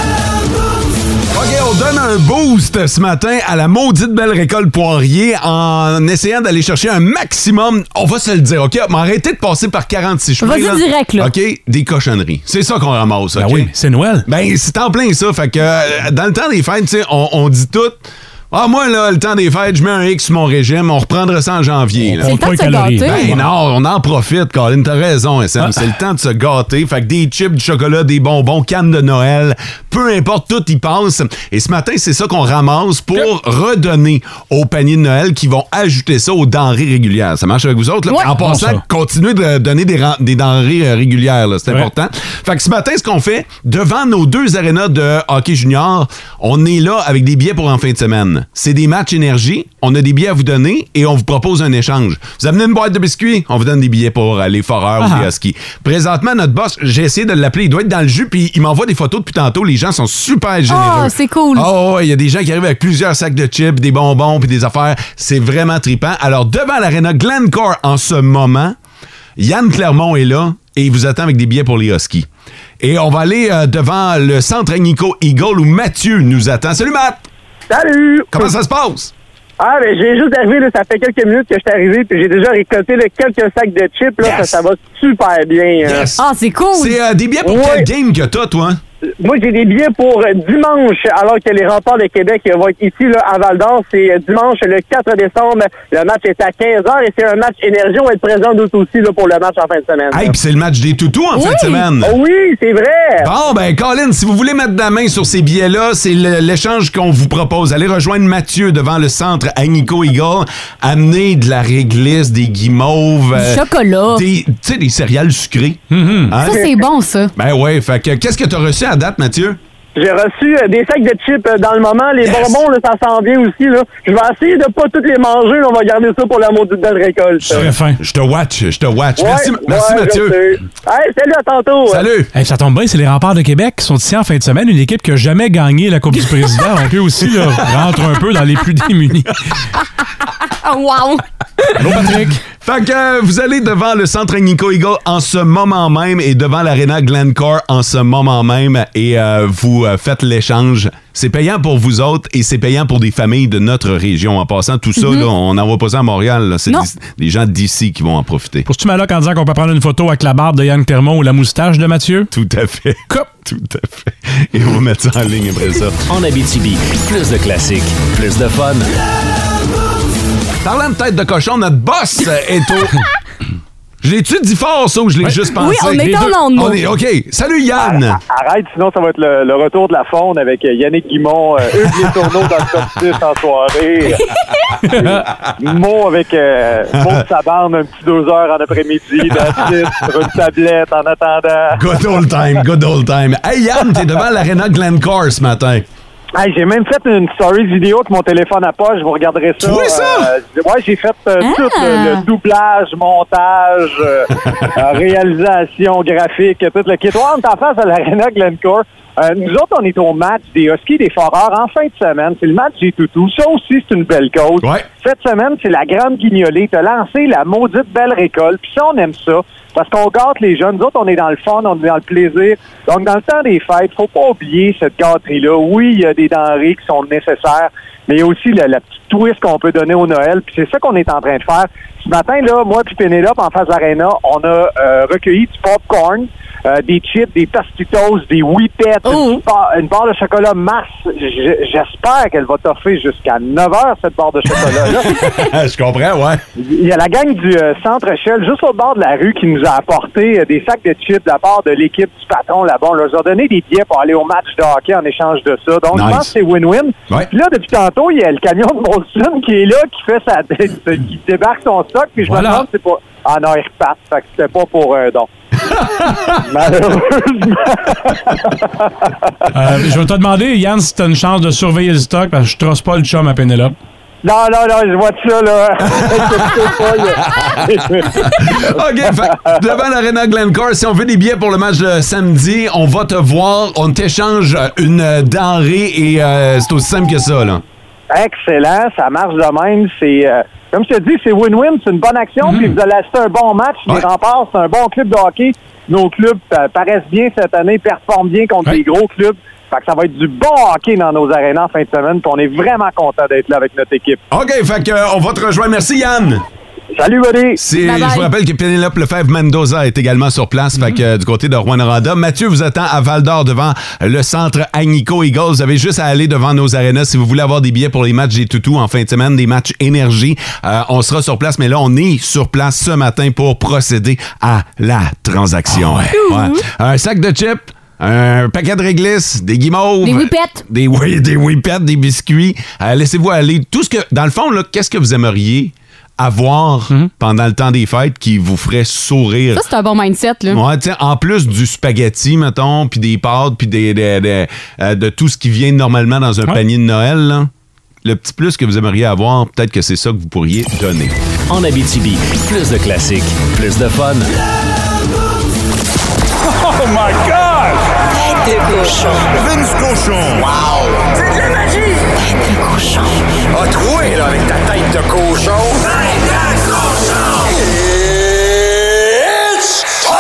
OK, on donne un boost ce matin à la maudite belle récolte Poirier en essayant d'aller chercher un maximum, on va se le dire, OK? Mais arrêtez de passer par 46 chemins. Vas-y direct, là. OK? Des cochonneries. C'est ça qu'on ramasse, OK? Ben oui, c'est Noël. Ben, c'est en plein ça. Fait que dans le temps des fêtes, tu sais, on dit tout. Ah, moi, là, le temps des fêtes, je mets un X sur mon régime, on reprendra ça en janvier. Là. C'est le temps de se gâter. Ben non, on en profite, Colin, t'as raison, SM. C'est le temps de se gâter. Fait que des chips, du chocolat, des bonbons, cannes de Noël, peu importe, tout y passe. Et ce matin, c'est ça qu'on ramasse pour redonner au panier de Noël qui vont ajouter ça aux denrées régulières. Ça marche avec vous autres? Là? Ouais. En passant, continuez de donner des denrées régulières, là, c'est important. Fait que ce matin, ce qu'on fait, devant nos 2 arénas de hockey junior, on est là avec des billets pour en fin de semaine. C'est des matchs énergie, on a des billets à vous donner et on vous propose un échange. Vous amenez une boîte de biscuits, on vous donne des billets pour les foreurs ou les huskies. Présentement, notre boss, j'ai essayé de l'appeler, il doit être dans le jus, puis il m'envoie des photos depuis tantôt. Les gens sont super généreux. Oh, c'est cool. Oh, il y a des gens qui arrivent avec plusieurs sacs de chips, des bonbons, puis des affaires. C'est vraiment trippant. Alors, devant l'aréna Glencore en ce moment, Yann Clermont est là et il vous attend avec des billets pour les huskies. Et on va aller devant le centre Agnico Eagle où Mathieu nous attend. Salut, Matt! Salut! Comment ça se passe? Ah, ben, j'ai juste arrivé, là, ça fait quelques minutes que je suis arrivé, puis j'ai déjà récolté quelques sacs de chips, là, Yes. ça va super bien. Yes. Ah, c'est cool! C'est des billets pour quel game que t'as, toi? Moi, j'ai des billets pour dimanche, alors que les Remparts de Québec vont être ici, là, à Val-d'Or. C'est dimanche, le 4 décembre. Le match est à 15h et c'est un match énergie. On va être présents d'autres aussi, là, pour le match en fin de semaine. Hey, puis c'est le match des toutous en fin de semaine. Oh oui, c'est vrai. Bon, ben, Colin, si vous voulez mettre de la main sur ces billets-là, c'est l'échange qu'on vous propose. Allez rejoindre Mathieu devant le centre Agnico Eagle. Amenez de la réglisse, des guimauves. Du chocolat. Tu sais, des céréales sucrées. Hein? Ça, c'est bon, ça. Ben ouais, fait que qu'est-ce que t'as reçu à date, Mathieu? J'ai reçu des sacs de chips dans le moment. Les bonbons, là, ça s'en vient aussi. Là. Je vais essayer de pas tous les manger. Là. On va garder ça pour la maudite belle récolte. Très fin. Je te watch. Ouais, Merci ouais, Mathieu. Hey, salut, à tantôt. Salut. Hey, ça tombe bien, c'est les Remparts de Québec qui sont ici en fin de semaine. Une équipe qui n'a jamais gagné la Coupe du Président. Donc eux aussi là, rentrent un peu dans les plus démunis. Wow! Allô, Patrick? Fait que vous allez devant le centre Agnico Eagle en ce moment même et devant l'aréna Glencore en ce moment même et vous faites l'échange. C'est payant pour vous autres et c'est payant pour des familles de notre région. En passant, tout ça, là, on n'envoie pas ça à Montréal. Là. C'est des gens d'ici qui vont en profiter. Poses-tu ma loc en disant qu'on peut prendre une photo avec la barbe de Yann Clermont ou la moustache de Mathieu? Tout à fait. Tout à fait. Et on va mettre ça en ligne après ça. En Abitibi, plus de classiques, plus de fun. Parlant de tête de cochon, notre boss est au... Je l'ai-tu dit fort, ça, ou je l'ai juste pensé? Oui, on est en onde. OK. Salut, Yann. Arrête, sinon ça va être le retour de la faune avec Yannick Guimont, Hugues Les Tourneaux dans le top 6 en soirée. Mo avec Mo de sa bande, un petit 2 heures en après-midi, sur une tablette en attendant. Good old time. Hey, Yann, t'es devant l'aréna Glencore ce matin. Hey, j'ai même fait une story vidéo avec mon téléphone à poche, vous regarderez ça. Tu vois ça? Ouais, j'ai fait tout le doublage, montage, réalisation graphique, tout le kit. Ouais, on est en face à l'Arena Glencore. Nous autres, on est au match des Huskies des Foreurs en fin de semaine. C'est le match des toutous. Ça aussi, c'est une belle cause. Ouais. cette semaine, c'est la grande guignolée. T'as lancé la maudite belle récolte. Puis ça, on aime ça. Parce qu'on gâte les jeunes. Nous autres, on est dans le fun, on est dans le plaisir. Donc, dans le temps des fêtes, faut pas oublier cette gâterie-là. Oui, il y a des denrées qui sont nécessaires, mais il y a aussi la petite twist qu'on peut donner au Noël. Puis c'est ça qu'on est en train de faire. Ce matin, là, moi puis Pénélope, en face d'Arena, on a recueilli du popcorn, des chips, des Tostitos, des Whippets, une barre de chocolat Mars. J'espère qu'elle va t'offrir jusqu'à 9h, cette barre de chocolat-là. Je comprends, ouais. Il y a la gang du Centre Shell, juste au bord de la rue, qui nous a apporté des sacs de chips de la part de l'équipe du patron là-bas. On leur a donné des billets pour aller au match de hockey en échange de ça. Donc, je pense que c'est win-win. Ouais. Puis là, depuis tantôt, il y a le camion de Molson qui est là, qui fait qui débarque son stock, puis je me demande, c'est pas... Ah non, il repart. Fait que c'était pas pour don. Malheureusement. Je vais te demander, Yann, si tu as une chance de surveiller le stock, parce que je trosse pas le chum à Pénélope. Non, je vois ça, là. OK, fait, devant l'Arena Glencore, si on veut des billets pour le match de samedi, on va te voir, on t'échange une denrée et c'est aussi simple que ça, là. Excellent, ça marche de même. C'est... comme je te dis, c'est win-win, c'est une bonne action, puis vous allez assister un bon match. Les Remparts, c'est un bon club de hockey. Nos clubs paraissent bien cette année, performent bien contre des gros clubs. Fait que ça va être du bon hockey dans nos arénas en fin de semaine, puis on est vraiment content d'être là avec notre équipe. OK, fait que on va te rejoindre. Merci, Yann. Salut, buddy. Je vous rappelle que Pénélope Lefebvre-Mendoza est également sur place, fait que du côté de Rouyn-Noranda. Mathieu vous attend à Val-d'Or devant le centre Agnico Eagles. Vous avez juste à aller devant nos arénas si vous voulez avoir des billets pour les matchs des Toutous en fin de semaine, des matchs énergie. On sera sur place, mais là, on est sur place ce matin pour procéder à la transaction. Ouais. Un sac de chips, un paquet de réglisse, des guimauves. Des whippets. Des whippets, des biscuits. Laissez-vous aller. Tout ce que, dans le fond, là, qu'est-ce que vous aimeriez avoir pendant le temps des fêtes qui vous ferait sourire? Ça, c'est un bon mindset, là. Ouais, tu sais, en plus du spaghetti, mettons, puis des pâtes, puis de tout ce qui vient normalement dans un panier de Noël, là, le petit plus que vous aimeriez avoir, peut-être que c'est ça que vous pourriez donner. En Abitibi, plus de classiques, plus de fun. Oh my God! Tête de cochon. Vince Cochon. Wow! C'est de la magie! Tête de cochon. A troué, là, avec ta tête de cochon. Tête de cochon! It's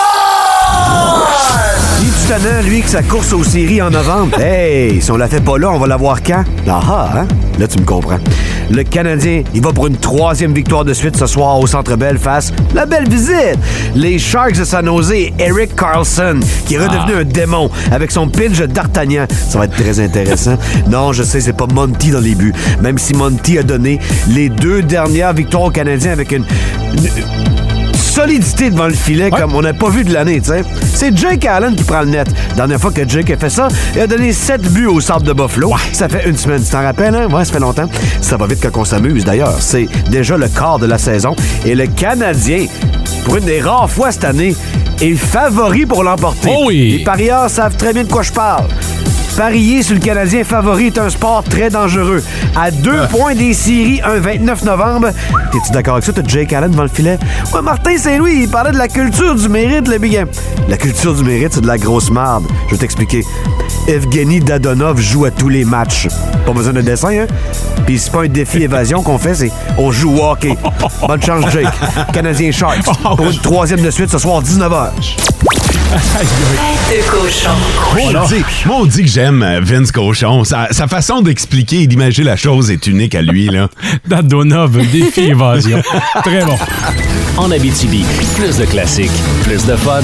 time! Dis-tu tannant, lui, que sa course aux séries en novembre? Hey, si on la fait pas là, on va la voir quand? Ah, hein? Là, tu me comprends. Le Canadien, il va pour une 3e victoire de suite ce soir au Centre Bell face la belle visite. Les Sharks de San Jose et Erik Karlsson, qui est redevenu un démon avec son pinch d'Artagnan. Ça va être très intéressant. Non, je sais, c'est pas Monty dans les buts. Même si Monty a donné les 2 dernières victoires aux Canadiens avec une solidité devant le filet comme on n'a pas vu de l'année, tu sais. C'est Jake Allen qui prend le net. Dernière fois que Jake a fait ça, il a donné 7 buts au Sables de Buffalo. Ça fait une semaine, tu t'en rappelles, hein? Ouais, ça fait longtemps. Ça va vite quand on s'amuse, d'ailleurs. C'est déjà le quart de la saison. Et le Canadien, pour une des rares fois cette année, est favori pour l'emporter. Oh oui! Les parieurs savent très bien de quoi je parle. Parier sur le Canadien favori est un sport très dangereux. À 2 points des séries, un 29 novembre. T'es-tu d'accord avec ça? T'as Jake Allen devant le filet? Ouais, Martin Saint-Louis, il parlait de la culture du mérite, le big. La culture du mérite, c'est de la grosse marde. Je vais t'expliquer. Evgeny Dadonov joue à tous les matchs. Pas besoin de dessin, hein? Puis c'est pas un défi évasion qu'on fait, c'est on joue au hockey. Bonne chance, Jake. Canadien Sharks. Pour une 3e de suite ce soir, 19h. Tête de cochon. Maudit que j'aime Vince Cochon. Sa façon d'expliquer et d'imaginer la chose est unique à lui, là. Dadonov, défi évasion. Très bon. En Abitibi, plus de classiques, plus de fun.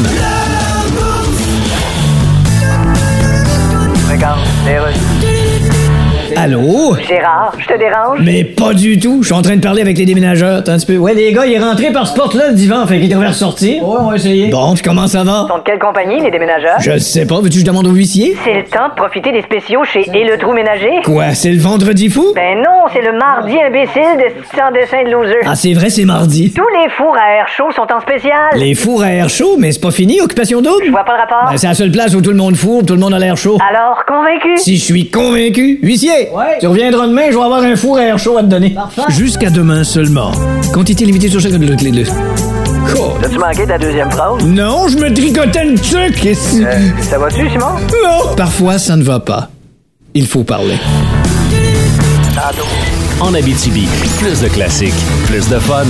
Regarde, les Russes. Allô? Gérard, je te dérange? Mais pas du tout. Je suis en train de parler avec les déménageurs. Attends un petit peu. Ouais, les gars, il est rentré par ce porte-là, le divan. Fait qu'il devrait ressortir. Ouais, on va essayer. Bon, puis comment ça va? Ils sont de quelle compagnie, les déménageurs? Je sais pas. Veux-tu que je demande au huissier? C'est le temps de profiter des spéciaux chez Et le Trou Ménager. Quoi? C'est le vendredi fou? Ben non, c'est le mardi imbécile de sans dessin de loser. Ah, c'est vrai, c'est mardi. Tous les fours à air chaud sont en spécial. Les fours à air chaud? Mais c'est pas fini, Occupation Double? Je vois pas le rapport. Ben, c'est la seule place où tout le monde fourre, tout le monde a l'air chaud. Alors, convaincu? Si je suis convaincu. Huissier! Ouais. Tu reviendras demain, je vais avoir un four à air chaud à te donner. Parfait. Jusqu'à demain seulement. Quantité limitée sur chaque de l'autre. T'as-tu manqué ta deuxième phrase? Non, je me tricotais le truc. Ça va-tu, Simon? Non. Parfois, ça ne va pas. Il faut parler. Tantôt. en Abitibi. Plus de classiques, plus de fun.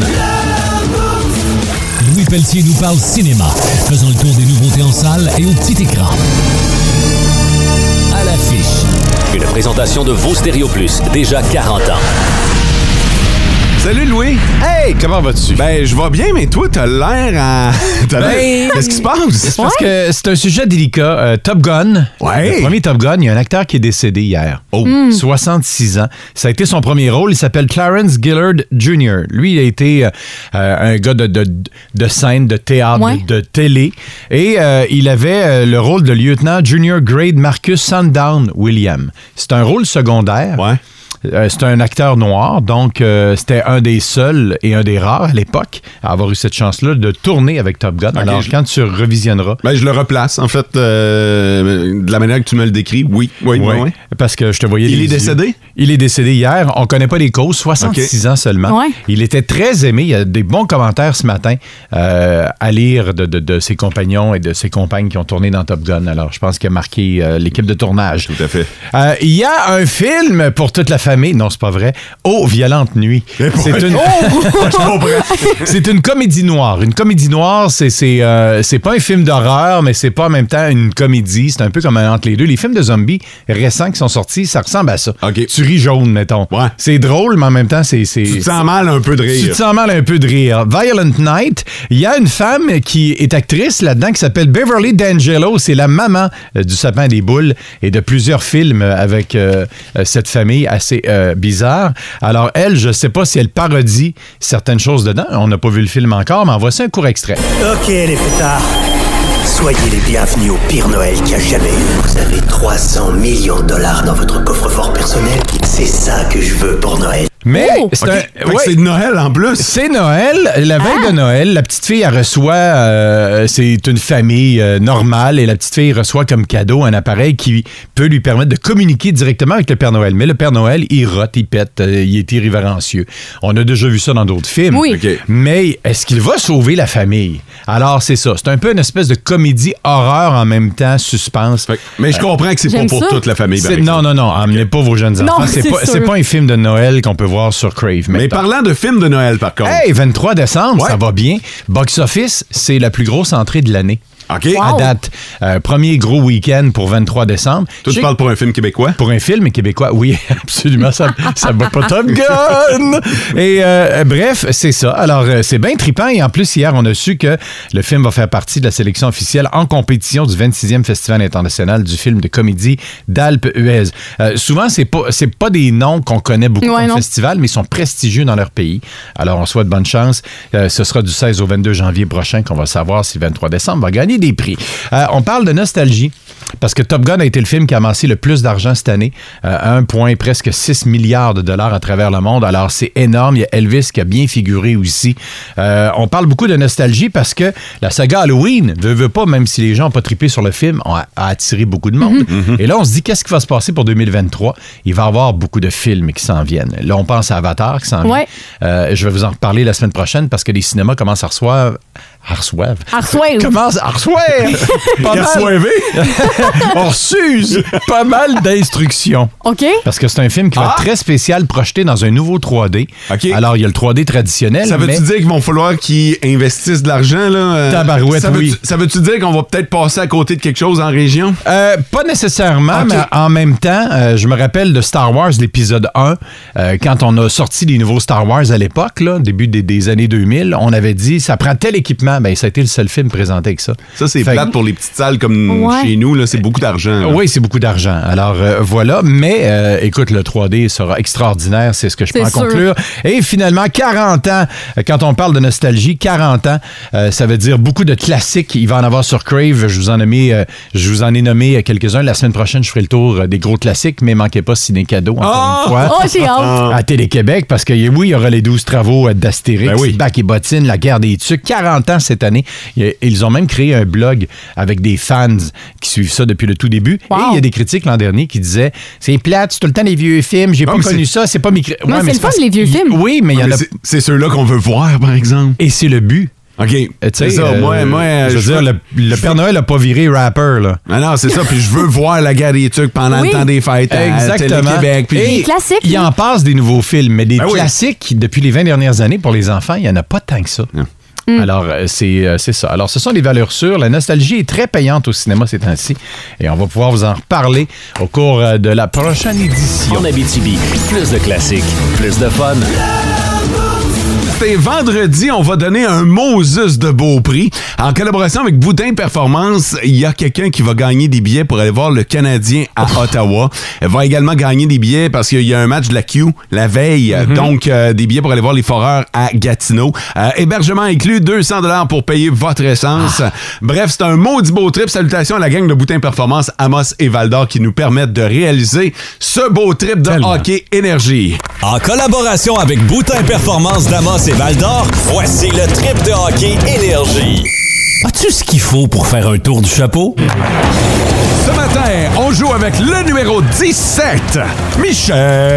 Louis Pelletier nous parle cinéma, faisant le tour des nouveautés en salle et au petit écran. À l'affiche. Une présentation de Vos Stéréo Plus, déjà 40 ans. Salut Louis! Hey, comment vas-tu? Ben, je vais bien, mais toi, t'as l'air à... Qu'est-ce qui se passe? C'est parce que c'est un sujet délicat. Top Gun. Ouais. Le premier Top Gun, il y a un acteur qui est décédé hier. 66 ans. Ça a été son premier rôle. Il s'appelle Clarence Gillard Jr. Lui, il a été un gars de scène, de théâtre, de télé. Et il avait le rôle de lieutenant Junior Grade Marcus Sundown William. C'est un rôle secondaire. Ouais. C'est un acteur noir, donc c'était un des seuls et un des rares à l'époque à avoir eu cette chance-là de tourner avec Top Gun. Okay, alors, quand tu revisionneras... Ben, je le replace, en fait, de la manière que tu me le décris. Oui. Parce que je te voyais... Il est décédé? Il est décédé hier. On connaît pas les causes, 66 ans seulement. Ouais. Il était très aimé. Il y a des bons commentaires ce matin à lire de ses compagnons et de ses compagnes qui ont tourné dans Top Gun. Alors, je pense qu'il a marqué l'équipe de tournage. Tout à fait. Il y a un film pour toute la famille. Non, c'est pas vrai. Oh, Violente Nuit. C'est une comédie noire. Une comédie noire, c'est pas un film d'horreur, mais c'est pas en même temps une comédie. C'est un peu comme entre les deux. Les films de zombies récents qui sont sortis, ça ressemble à ça. Okay. Tu ris jaune, mettons. Ouais. C'est drôle, mais en même temps, c'est... Tu te sens mal un peu de rire. Tu te sens mal un peu de rire. Violent Night, il y a une femme qui est actrice là-dedans qui s'appelle Beverly D'Angelo. C'est la maman du Sapin des Boules et de plusieurs films avec cette famille assez bizarre. Alors, elle, je sais pas si elle parodie certaines choses dedans. On n'a pas vu le film encore, mais en voici un court extrait. OK, les pétards. Soyez les bienvenus au pire Noël qu'il y a jamais eu. Vous avez 300 millions de dollars dans votre coffre-fort personnel. C'est ça que je veux pour Noël. Mais c'est de Noël en plus. C'est Noël, la veille de Noël. La petite fille, elle reçoit, c'est une famille normale, et la petite fille reçoit comme cadeau un appareil qui peut lui permettre de communiquer directement avec le Père Noël. Mais le Père Noël, il rote, il pète, il est irrévérencieux. On a déjà vu ça dans d'autres films. Oui. Okay. Mais est-ce qu'il va sauver la famille? Alors, c'est ça. C'est un peu une espèce de comédie horreur en même temps, suspense. Mais je comprends que c'est pas pour toute la famille. Non. Emmenez pas vos jeunes enfants. C'est pas un film de Noël qu'on peut voir sur Crave. Mais parlant de films de Noël, par contre. Hey, 23 décembre, ça va bien. Box Office, c'est la plus grosse entrée de l'année. OK. À date. Premier gros week-end pour 23 décembre. Toi, tu parles pour un film québécois? Pour un film québécois, oui, absolument. Ça va pas Top Gun! Et bref, c'est ça. Alors, c'est bien trippant. Et en plus, hier, on a su que le film va faire partie de la sélection officielle en compétition du 26e Festival international du film de comédie d'Alpe-Huez. Souvent, c'est pas des noms qu'on connaît beaucoup comme festival, mais ils sont prestigieux dans leur pays. Alors, on souhaite bonne chance. Ce sera du 16 au 22 janvier prochain qu'on va savoir si le 23 décembre va gagner des prix. On parle de nostalgie parce que Top Gun a été le film qui a amassé le plus d'argent cette année, 1,presque 6 milliards de dollars à travers le monde. Alors, c'est énorme. Il y a Elvis qui a bien figuré aussi. On parle beaucoup de nostalgie parce que la saga Halloween, veut pas, même si les gens n'ont pas trippé sur le film, a attiré beaucoup de monde. Et là, on se dit, qu'est-ce qui va se passer pour 2023? Il va y avoir beaucoup de films qui s'en viennent. Là, on pense à Avatar qui s'en vient. Je vais vous en reparler la semaine prochaine parce que les cinémas commencent à recevoir... Commence à on refuse pas mal d'instructions. OK. Parce que c'est un film qui va être très spécial, projeté dans un nouveau 3D. OK. Alors, il y a le 3D traditionnel. Ça veut-tu dire qu'il va falloir qu'ils investissent de l'argent, là? Tabarouette, oui. Ça veut-tu dire qu'on va peut-être passer à côté de quelque chose en région? Pas nécessairement, mais en même temps, je me rappelle de Star Wars, l'épisode 1, quand on a sorti les nouveaux Star Wars à l'époque, là, début des années 2000, on avait dit, ça prend tel équipement. Ben, ça a été le seul film présenté avec ça. Ça, c'est plate pour les petites salles comme chez nous. Là, c'est beaucoup d'argent. Là. Oui, c'est beaucoup d'argent. Alors, voilà. Mais, écoute, le 3D sera extraordinaire. C'est ce que je peux en conclure. Et finalement, 40 ans. Quand on parle de nostalgie, 40 ans, ça veut dire beaucoup de classiques. Il va en avoir sur Crave. Je vous en ai nommé quelques-uns. La semaine prochaine, je ferai le tour des gros classiques. Mais manquez pas Ciné Cadeau, encore une fois. Oh, j'ai hâte. À Télé-Québec, parce que oui, il y aura les 12 travaux d'Astérix, Bac et Bottine, La guerre des tucs. 40 ans cette année. Ils ont même créé un blog avec des fans qui suivent ça depuis le tout début. Wow. Et il y a des critiques l'an dernier qui disaient « C'est plate, c'est tout le temps les vieux films, j'ai pas connu ça, c'est pas mes... » c'est le fun, les vieux films. Oui, mais il y en a... C'est ceux-là qu'on veut voir, par exemple. Et c'est le but. OK, c'est ça. Moi, je veux dire, le Père Noël n'a pas viré rapper, là. Non, c'est ça. Puis je veux voir la guerre des tucs pendant le temps des fêtes à Télé-Québec. Des classiques. Il en passe des nouveaux films, mais des classiques, depuis les 20 dernières années, pour les enfants, il n'y en a pas tant que ça. Alors, c'est ça. Alors, ce sont des valeurs sûres. La nostalgie est très payante au cinéma ces temps-ci. Et on va pouvoir vous en reparler au cours de la prochaine édition. En Abitibi, plus de classiques, plus de fun. C'est vendredi, on va donner un Moses de beau prix. En collaboration avec Boudin Performance, il y a quelqu'un qui va gagner des billets pour aller voir le Canadien à Ottawa. Elle va également gagner des billets parce qu'il y a un match de la Q la veille. Donc, des billets pour aller voir les Foreurs à Gatineau. Hébergement inclus, 200$ pour payer votre essence. Bref, c'est un maudit beau trip. Salutations à la gang de Boudin Performance, Amos et Val-d'Or qui nous permettent de réaliser ce beau trip de hockey énergie. En collaboration avec Boudin Performance d'Amos et Val-d'Or, voici le trip de hockey énergie. As-tu ce qu'il faut pour faire un tour du chapeau? Ce matin, on joue avec le numéro 17, Michel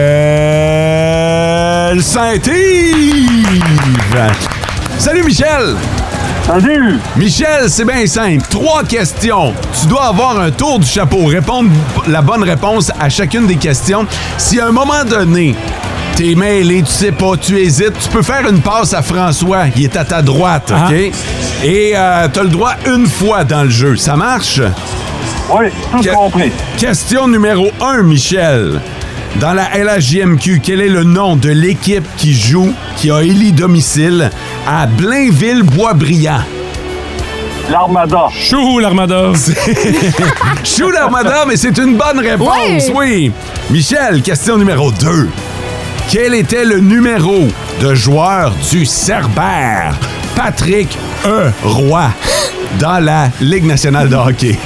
Saint-Yves. Salut Michel! Salut! Michel, c'est bien simple. 3 questions. Tu dois avoir un tour du chapeau. Répondre la bonne réponse à chacune des questions. Si à un moment donné, t'es mêlé, tu sais pas, tu hésites, tu peux faire une passe à François. Il est à ta droite, OK? Et t'as le droit une fois dans le jeu. Ça marche? Oui, tout compris. Question numéro 1, Michel. Dans la LHJMQ, quel est le nom de l'équipe qui a élu domicile à Blainville-Boisbriand? L'Armada. Chou, l'Armada. Chou, l'Armada, mais c'est une bonne réponse, oui. Michel, question numéro 2. Quel était le numéro de joueur du Cerbère, Patrick Roy, dans la Ligue nationale de hockey?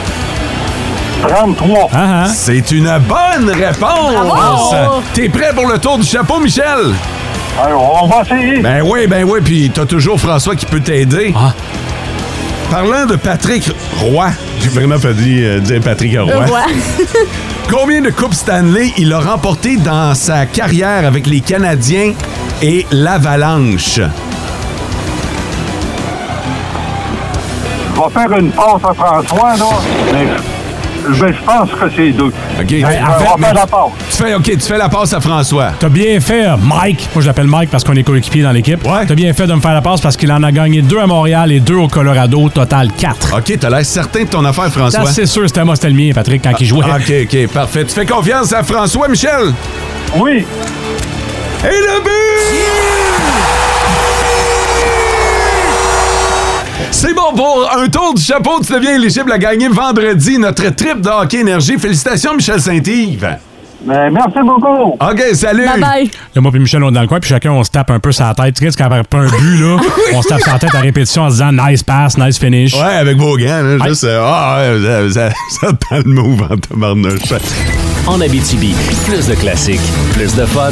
33. C'est une bonne réponse. Bravo. T'es prêt pour le tour du chapeau, Michel? Alors, on va essayer. Ben oui, puis t'as toujours François qui peut t'aider. Parlant de Patrick Roy, j'ai vraiment pas dire Patrick Roy. Combien de Coupes Stanley il a remporté dans sa carrière avec les Canadiens et l'Avalanche? Je vais faire une passe à François, là. Mais je pense que c'est 2. OK. On va faire la passe. Tu fais la passe à François. T'as bien fait, Mike. Moi, je l'appelle Mike parce qu'on est coéquipiers dans l'équipe. T'as bien fait de me faire la passe parce qu'il en a gagné 2 à Montréal et 2 au Colorado. Total 4. OK, t'as l'air certain de ton affaire, François. C'est sûr, c'était moi, c'était le mien, Patrick, quand il jouait. OK, parfait. Tu fais confiance à François, Michel? Oui. Et le but! C'est bon pour un tour du chapeau. Tu deviens éligible à gagner vendredi notre trip de hockey énergie. Félicitations, Michel Saint-Yves. Merci beaucoup. OK, salut. Bye-bye. Là, moi et Michel, on est dans le coin, puis chacun, on se tape un peu sa tête. Tu sais, quand on pas un but, là, on se tape sa tête à répétition en se disant nice pass, nice finish. Ouais, avec vos gants, là, juste, ça tend le move en tabarnouche. En Abitibi, plus de classiques, plus de fun.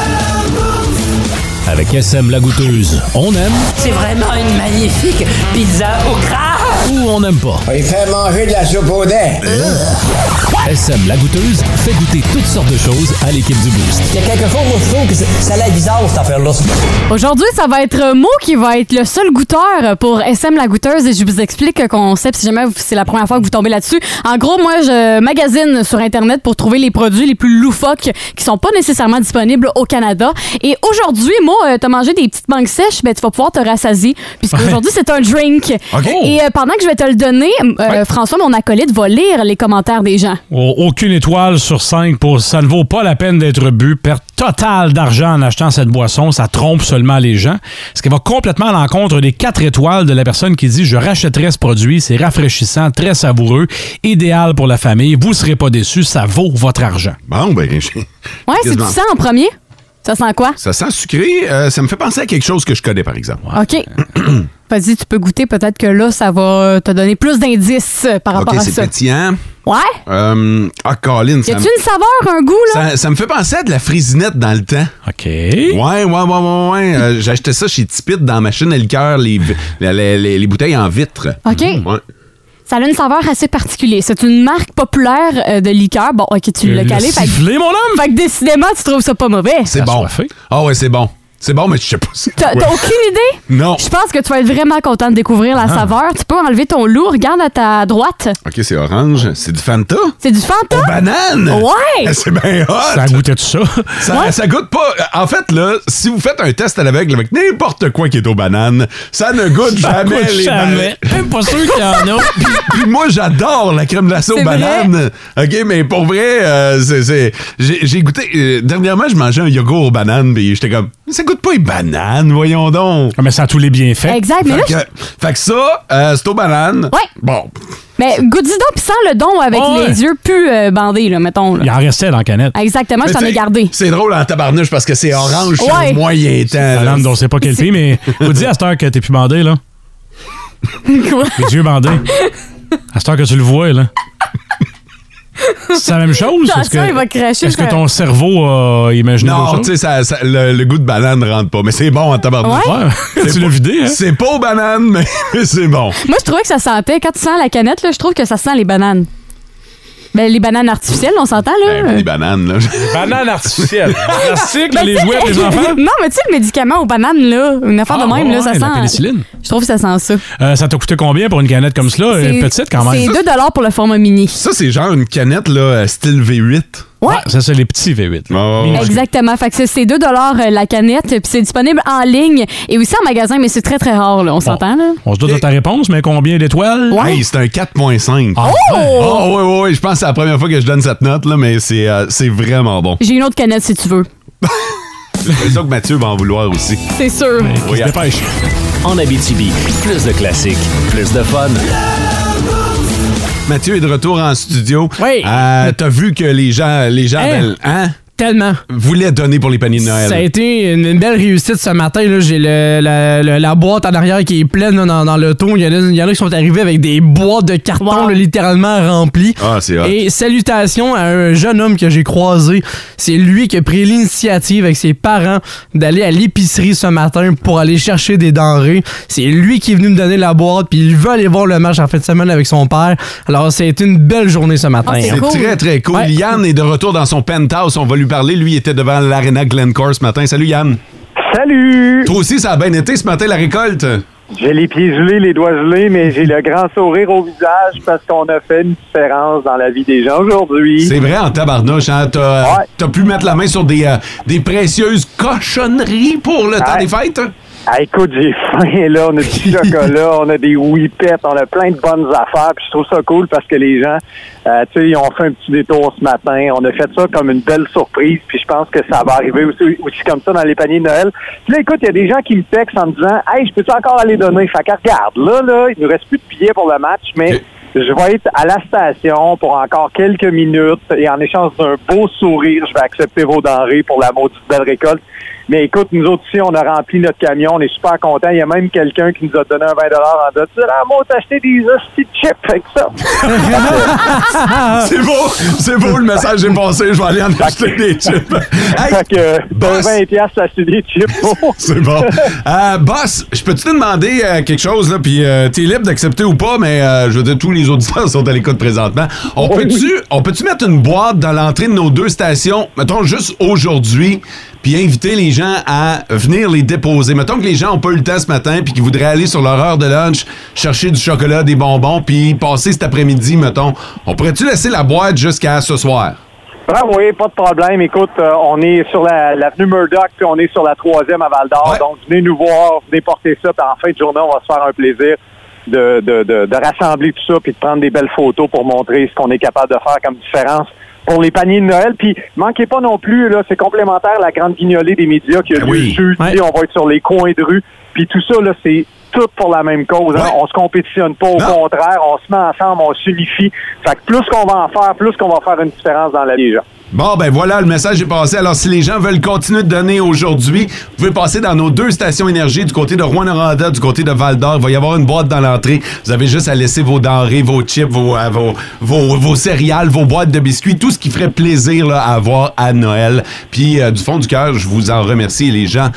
Avec SM La Goûteuse, on aime C'est vraiment une magnifique pizza au gras. ou on n'aime pas. Il fait manger de la soupe au dent. SM La Goûteuse fait goûter toutes sortes de choses à l'équipe du Boost. Il y a quelque chose, moi, je trouve que ça a l'air bizarre, cette affaire-là. Aujourd'hui, ça va être Mo qui va être le seul goûteur pour SM La Goûteuse et je vous explique le concept si jamais c'est la première fois que vous tombez là-dessus. En gros, moi, je magasine sur Internet pour trouver les produits les plus loufoques qui sont pas nécessairement disponibles au Canada. Et aujourd'hui, Mo, t'as mangé des petites mangues sèches, ben tu vas pouvoir te rassasier puisqu'aujourd'hui, c'est un drink. Okay. Et pendant que je vais te le donner, François, mon acolyte, va lire les commentaires des gens. Aucune étoile sur 5 pour ça ne vaut pas la peine d'être bu. Perte totale d'argent en achetant cette boisson, ça trompe seulement les gens. Ce qui va complètement à l'encontre des 4 étoiles de la personne qui dit « Je rachèterai ce produit, c'est rafraîchissant, très savoureux, idéal pour la famille, vous ne serez pas déçus, ça vaut votre argent. » Bon, ben... Ouais, c'est tu sens en premier? Ça sent quoi? Ça sent sucré. Ça me fait penser à quelque chose que je connais, par exemple. OK. Vas-y, tu peux goûter. Peut-être que là, ça va te donner plus d'indices par rapport à ça. OK, c'est pétillant. Ouais? Colin, y a-tu une saveur, un goût, là? Ça me fait penser à de la frisinette dans le temps. OK. Ouais. J'ai acheté ça chez Tipit dans la machine à liqueur, les bouteilles en vitre. OK. Ouais. Ça a une saveur assez particulière. C'est une marque populaire de liqueur. Bon, OK, tu l'as calé. Sifflé, mon homme! Fait que décidément, tu trouves ça pas mauvais. C'est bon. Ah ouais, c'est bon. C'est bon, mais je sais pas si... T'as aucune idée? Non. Je pense que tu vas être vraiment content de découvrir la saveur. Tu peux enlever ton loup. Regarde à ta droite. OK, c'est orange. C'est du Fanta? C'est du Fanta? Aux bananes? Ouais! C'est bien hot! Ça goûtait tout ça? Ça goûte pas... En fait, là, si vous faites un test à l'aveugle avec n'importe quoi qui est aux bananes, ça ne goûte jamais les bananes. Même pas sûr qu'il y en a. Puis moi, j'adore la crème glacée aux bananes. OK, mais pour vrai, j'ai goûté... dernièrement, je mangeais un yogourt aux bananes, puis j'étais comme... Ça goûte pas les bananes, voyons donc. Mais ça a tous les bienfaits. Exact, mais fait que ça, c'est aux bananes. Ouais. Bon. Mais goûte-y donc pis sens le don avec les yeux plus bandés, là, mettons. Là. Il en restait dans la canette. Exactement, je t'en ai gardé. C'est drôle en tabarnouche parce que c'est orange sur le moyen temps. Madame, on sait pas quel pays, mais vous dis à cette heure que t'es plus bandé, là. Quoi? Les yeux bandés. À cette heure que tu le vois, là. C'est la même chose? Attention, il va cracher. Est-ce que ton cerveau a imaginé Non, tu sais, le goût de banane rentre pas. Mais c'est bon en tabarnouche. Ouais. Tu l'as vidé, hein? C'est pas aux bananes, mais c'est bon. Moi, je trouvais que ça sentait. Quand tu sens la canette, là, je trouve que ça sent les bananes. Ben, les bananes artificielles, on s'entend, là. Les bananes, là. Bananes artificielles. Plastique, les jouets pour les enfants? Non, mais tu sais, le médicament aux bananes, là, une affaire de même, là, ça sent. La pénicilline. Je trouve que ça sent ça. Ça t'a coûté combien pour une canette comme cela? Petite, quand même. C'est 2 $ pour le format mini. Ça, c'est genre une canette, là, style V8. Ouais. Ça, c'est les petits V8. Exactement. Fait que c'est 2 $ la canette, puis c'est disponible en ligne et aussi en magasin, mais c'est très, très rare, là. On s'entend, là? On se doute de ta réponse, mais combien d'étoiles? Ouais. Hey, c'est un 4.5. Oh! Oui. Je pense que c'est la première fois que je donne cette note, là, mais c'est vraiment bon. J'ai une autre canette, si tu veux. C'est ça que Mathieu va en vouloir aussi. C'est sûr. Il se dépêche. En Abitibi, plus de classiques, plus de fun. Mathieu est de retour en studio. Oui. T'as vu que les gens hein? Tellement. Voulaient donner pour les paniers de Noël. Ça a été une belle réussite ce matin. Là. J'ai la boîte en arrière qui est pleine là, dans l'auto. Il y en a qui sont arrivés avec des boîtes de carton là, littéralement remplies. Ah, c'est hot. Et salutations à un jeune homme que j'ai croisé. C'est lui qui a pris l'initiative avec ses parents d'aller à l'épicerie ce matin pour aller chercher des denrées. C'est lui qui est venu me donner la boîte, puis il veut aller voir le match en fin de semaine avec son père. Alors, ça a été une belle journée ce matin. C'est cool. Très, très cool. Ouais. Yann est de retour dans son penthouse. On va lui parler. Lui, il était devant l'Arena Glencore ce matin. Salut, Yann. Salut! Toi aussi, ça a bien été ce matin, la récolte? J'ai les pieds gelés, les doigts gelés, mais j'ai le grand sourire au visage parce qu'on a fait une différence dans la vie des gens aujourd'hui. C'est vrai, en tabarnouche, hein? T'as pu mettre la main sur des précieuses cochonneries pour le temps des fêtes? Ah, écoute, j'ai faim, là. On a du chocolat, on a des whippets, on a plein de bonnes affaires. Puis je trouve ça cool parce que les gens, tu sais, ils ont fait un petit détour ce matin. On a fait ça comme une belle surprise. Puis je pense que ça va arriver aussi comme ça dans les paniers de Noël. Puis là, écoute, il y a des gens qui me textent en me disant « Hey, je peux-tu encore aller donner? » Fait que regarde, là, il ne nous reste plus de billets pour le match, mais je vais être à la station pour encore quelques minutes et en échange d'un beau sourire, je vais accepter vos denrées pour la maudite belle récolte. Mais écoute, nous autres ici, on a rempli notre camion, on est super contents. Il y a même quelqu'un qui nous a donné un 20$ en dessous. Ah, moi, t'as acheté des hosties de chips avec ça. C'est beau, le message est passé. Je vais aller en acheter des chips. Hey, fait que, Boss, 20$, t'as acheté des chips. C'est bon. Boss, je peux-tu te demander quelque chose, là, puis t'es libre d'accepter ou pas, mais je veux dire, tous les auditeurs sont à l'écoute présentement. On peut-tu mettre une boîte dans l'entrée de nos deux stations, mettons juste aujourd'hui, puis inviter les gens à venir les déposer. Mettons que les gens n'ont pas eu le temps ce matin puis qu'ils voudraient aller sur leur heure de lunch chercher du chocolat, des bonbons, puis passer cet après-midi, mettons. On pourrait-tu laisser la boîte jusqu'à ce soir? Ah oui, pas de problème. Écoute, on est sur l'avenue Murdoch, puis on est sur la 3e à Val-d'Or. Ouais. Donc, venez nous voir, venez porter ça, puis en fin de journée, on va se faire un plaisir de rassembler tout ça, puis de prendre des belles photos pour montrer ce qu'on est capable de faire comme différence pour les paniers de Noël. Puis, manquez pas non plus, là, c'est complémentaire à la grande guignolée des médias qui a lieu jeudi. On va être sur les coins de rue. Puis tout ça, là, c'est tout pour la même cause. Hein? On se compétitionne pas, au contraire, on se met ensemble, on s'unifie. Fait que plus qu'on va en faire, plus qu'on va faire une différence dans la vie des gens. Bon, ben voilà, le message est passé. Alors, si les gens veulent continuer de donner aujourd'hui, vous pouvez passer dans nos deux stations énergie du côté de Rouyn-Noranda, du côté de Val-d'Or. Il va y avoir une boîte dans l'entrée. Vous avez juste à laisser vos denrées, vos chips, vos céréales, vos boîtes de biscuits, tout ce qui ferait plaisir là, à avoir à Noël. Puis, du fond du cœur, je vous en remercie. Et les gens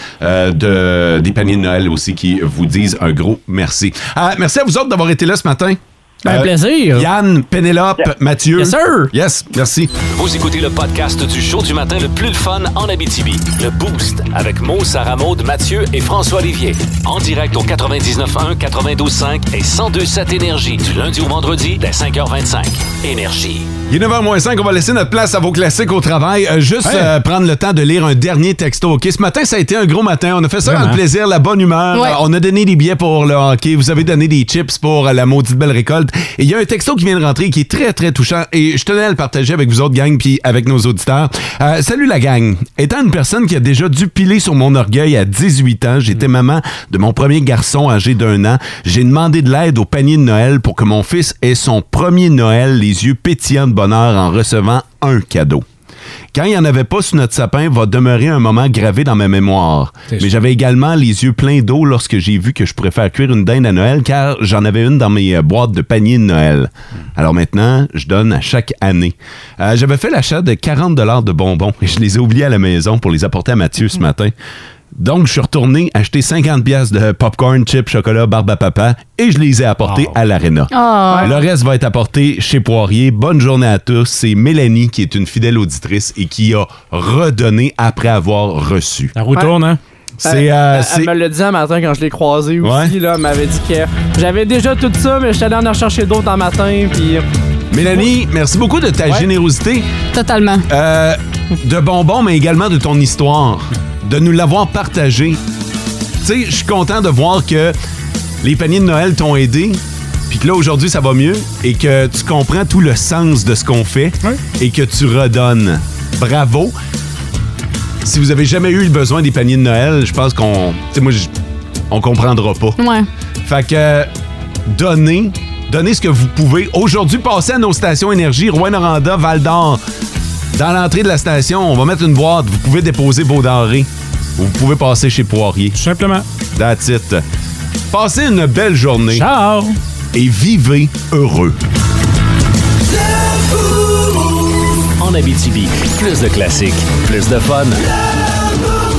des paniers de Noël aussi qui vous disent un gros merci. Merci à vous autres d'avoir été là ce matin. Un plaisir. Yann, Pénélope, Mathieu. Yes, sir. Yes, merci. Vous écoutez le podcast du show du matin le plus fun en Abitibi. Le Boost avec Mo, Sarah Maud, Mathieu et François Olivier. En direct au 99.1, 92.5 et 102.7 Énergie du lundi au vendredi dès 5h25. Énergie. Il est 9h moins 5, on va laisser notre place à vos classiques au travail. Juste prendre le temps de lire un dernier texto. OK, ce matin, ça a été un gros matin. On a fait ça dans le plaisir, la bonne humeur. Ouais. On a donné des billets pour le hockey. Vous avez donné des chips pour la maudite belle récolte. Et il y a un texto qui vient de rentrer qui est très, très touchant. Et je tenais à le partager avec vous autres, gang, puis avec nos auditeurs. Salut la gang. Étant une personne qui a déjà dû piler sur mon orgueil à 18 ans, j'étais maman de mon premier garçon âgé d'1 an. J'ai demandé de l'aide au panier de Noël pour que mon fils ait son premier Noël, les yeux pétillants de bonheur en recevant un cadeau. Quand il n'y en avait pas sous notre sapin, va demeurer un moment gravé dans ma mémoire. Mais j'avais également les yeux pleins d'eau lorsque j'ai vu que je pourrais faire cuire une dinde à Noël, car j'en avais une dans mes boîtes de panier de Noël. Alors maintenant, je donne à chaque année. J'avais fait l'achat de 40 $ de bonbons et je les ai oubliés à la maison pour les apporter à Mathieu ce matin. Donc, je suis retourné acheter 50 $ de popcorn, chips, chocolat, barbe à papa et je les ai apportés à l'Arena. Oh. Le reste va être apporté chez Poirier. Bonne journée à tous. C'est Mélanie qui est une fidèle auditrice et qui a redonné après avoir reçu. La roue tourne, hein? C'est, Elle me l'a dit un matin quand je l'ai croisée aussi. Là, elle m'avait dit que j'avais déjà tout ça, mais j'étais allé en rechercher d'autres en matin. Puis... Mélanie, merci beaucoup de ta générosité. Totalement. De bonbons, mais également de ton histoire. De nous l'avoir partagé. Tu sais, je suis content de voir que les paniers de Noël t'ont aidé, puis que là, aujourd'hui, ça va mieux, et que tu comprends tout le sens de ce qu'on fait, et que tu redonnes. Bravo. Si vous avez jamais eu le besoin des paniers de Noël, je pense qu'on... Tu sais, moi, on comprendra pas. Ouais. Fait que, donnez ce que vous pouvez. Aujourd'hui, passez à nos stations Énergie, Rouyn-Noranda, Val-d'Or. Dans l'entrée de la station, on va mettre une boîte. Vous pouvez déposer vos denrées. Vous pouvez passer chez Poirier. Tout simplement. That's it. Passez une belle journée. Ciao! Et vivez heureux. En Abitibi, plus de classiques, plus de fun.